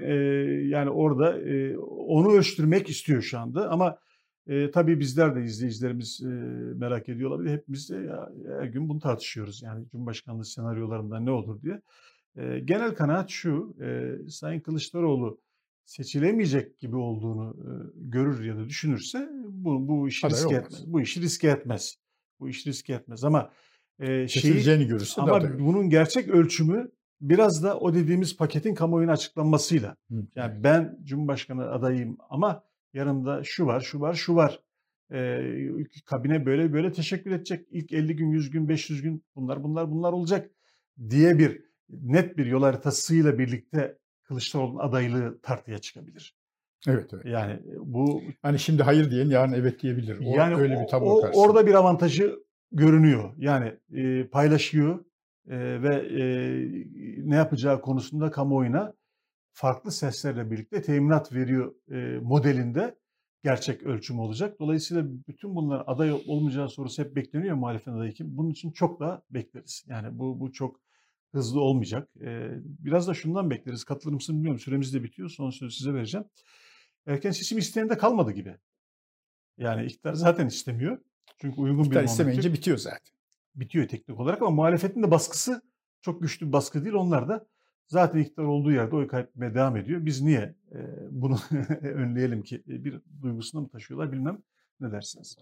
yani orada onu ölçtürmek istiyor şu anda ama tabii bizler de izleyicilerimiz merak ediyor olabilir. Hepimiz de her gün bunu tartışıyoruz. Yani Cumhurbaşkanlığı senaryolarında ne olur diye. Genel kanaat şu, Sayın Kılıçdaroğlu seçilemeyecek gibi olduğunu görür ya da düşünürse bu işi Aday riske olmaz. etmez. Bu işi riske etmez. Bu işi riske etmez ama Seçileceğini görürse de aday olur. bunun gerçek ölçümü biraz da o dediğimiz paketin kamuoyuna açıklanmasıyla. Yani ben Cumhurbaşkanı adayım ama yanımda şu var, şu var, şu var. Kabine böyle böyle teşekkür edecek. İlk 50 gün, 100 gün, 500 gün bunlar olacak diye bir net bir yol haritasıyla birlikte Kılıçdaroğlu'nun adaylığı tartıya çıkabilir. Evet, evet. Yani bu Hani şimdi hayır diyen yarın evet diyebilir. yani Öyle bir tablo karşısında. orada bir avantajı görünüyor. Yani paylaşıyor ve ne yapacağı konusunda kamuoyuna farklı seslerle birlikte teminat veriyor modelinde gerçek ölçüm olacak. Dolayısıyla bütün bunlar aday olmayacağı sorusu hep bekleniyor muhalefet adayı kim? Bunun için çok daha bekleriz. Yani bu çok hızlı olmayacak. Biraz da şundan bekleriz. Katılır mısın bilmiyorum. Süremiz de bitiyor. Son sözü size vereceğim. Erken seçim isteyen de kalmadı gibi. Yani iktidar zaten istemiyor. Çünkü uygun bir İktidar momentum. istemeyince bitiyor zaten. Bitiyor teknik olarak ama muhalefetin de baskısı çok güçlü bir baskı değil. Onlar da zaten iktidar olduğu yerde oy kaybetmeye devam ediyor. Biz niye bunu önleyelim ki bir duygusuna mı taşıyorlar bilmem. Ne dersiniz?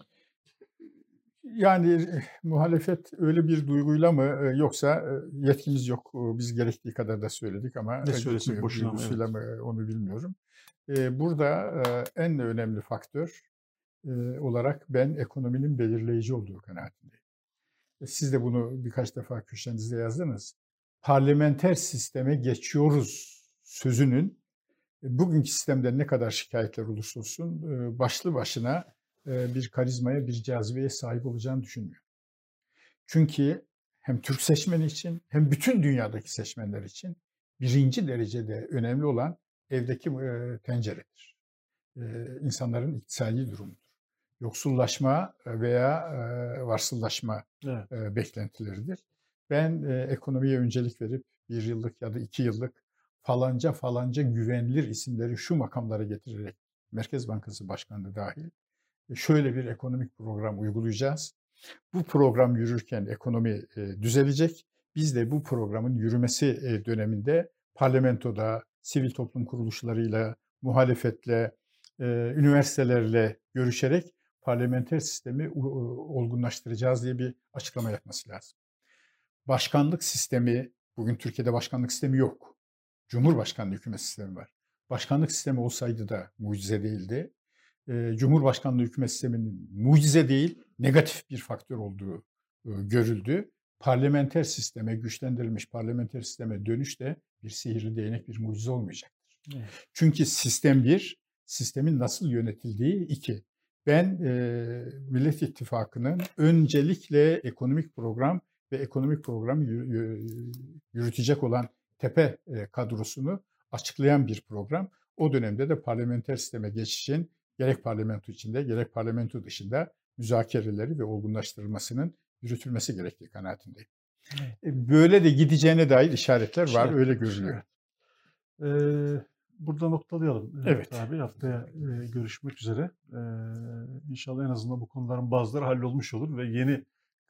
Yani muhalefet öyle bir duyguyla mı yoksa yetkimiz yok. Biz gerektiği kadar da söyledik ama Ne söylesek gitmiyor boşuna mı? duygusuyla mı onu bilmiyorum. Burada en önemli faktör olarak ben ekonominin belirleyici olduğu kanaatindeyim. Siz de bunu birkaç defa köşenizde yazdınız. Parlamenter sisteme geçiyoruz sözünün bugünkü sistemden ne kadar şikayetler olursa olsun başlı başına bir karizmaya, bir cazibeye sahip olacağını düşünmüyorum. Çünkü hem Türk seçmeni için hem bütün dünyadaki seçmenler için birinci derecede önemli olan evdeki tenceredir. İnsanların iktisadi durumudur. Yoksullaşma veya varsıllaşma Evet. beklentileridir. Ben ekonomiye öncelik verip 1 yıllık ya da 2 yıllık falanca güvenilir isimleri şu makamlara getirerek Merkez Bankası Başkanı dahil şöyle bir ekonomik program uygulayacağız. Bu program yürürken ekonomi düzelecek. Biz de bu programın yürümesi döneminde parlamentoda, sivil toplum kuruluşlarıyla, muhalefetle, üniversitelerle görüşerek parlamenter sistemi olgunlaştıracağız diye bir açıklama yapması lazım. Başkanlık sistemi, bugün Türkiye'de başkanlık sistemi yok. Cumhurbaşkanlığı hükümet sistemi var. Başkanlık sistemi olsaydı da mucize değildi. Cumhurbaşkanlığı hükümet sisteminin mucize değil, negatif bir faktör olduğu görüldü. Parlamenter sisteme, güçlendirilmiş parlamenter sisteme dönüş de bir sihirli değnek, bir mucize olmayacaktır. Evet. Çünkü sistem bir, sistemin nasıl yönetildiği iki. Ben Millet İttifakı'nın öncelikle ekonomik program ve ekonomik program yürütecek olan tepe kadrosunu açıklayan bir program. O dönemde de parlamenter sisteme geçişin gerek parlamento içinde gerek parlamento dışında müzakereleri ve olgunlaştırılmasının yürütülmesi gerektiği kanaatindeyim. Evet. Böyle de gideceğine dair işaretler var, öyle görünüyor. Evet. Burada noktalayalım. Evet. Abi haftaya görüşmek üzere. İnşallah en azından bu konuların bazıları hallolmuş olur ve yeni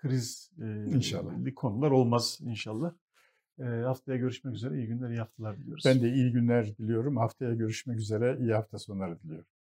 krizli konular olmaz inşallah. Haftaya görüşmek üzere. İyi günler, iyi haftalar diliyoruz. Ben de iyi günler diliyorum. Haftaya görüşmek üzere. İyi hafta sonları diliyorum.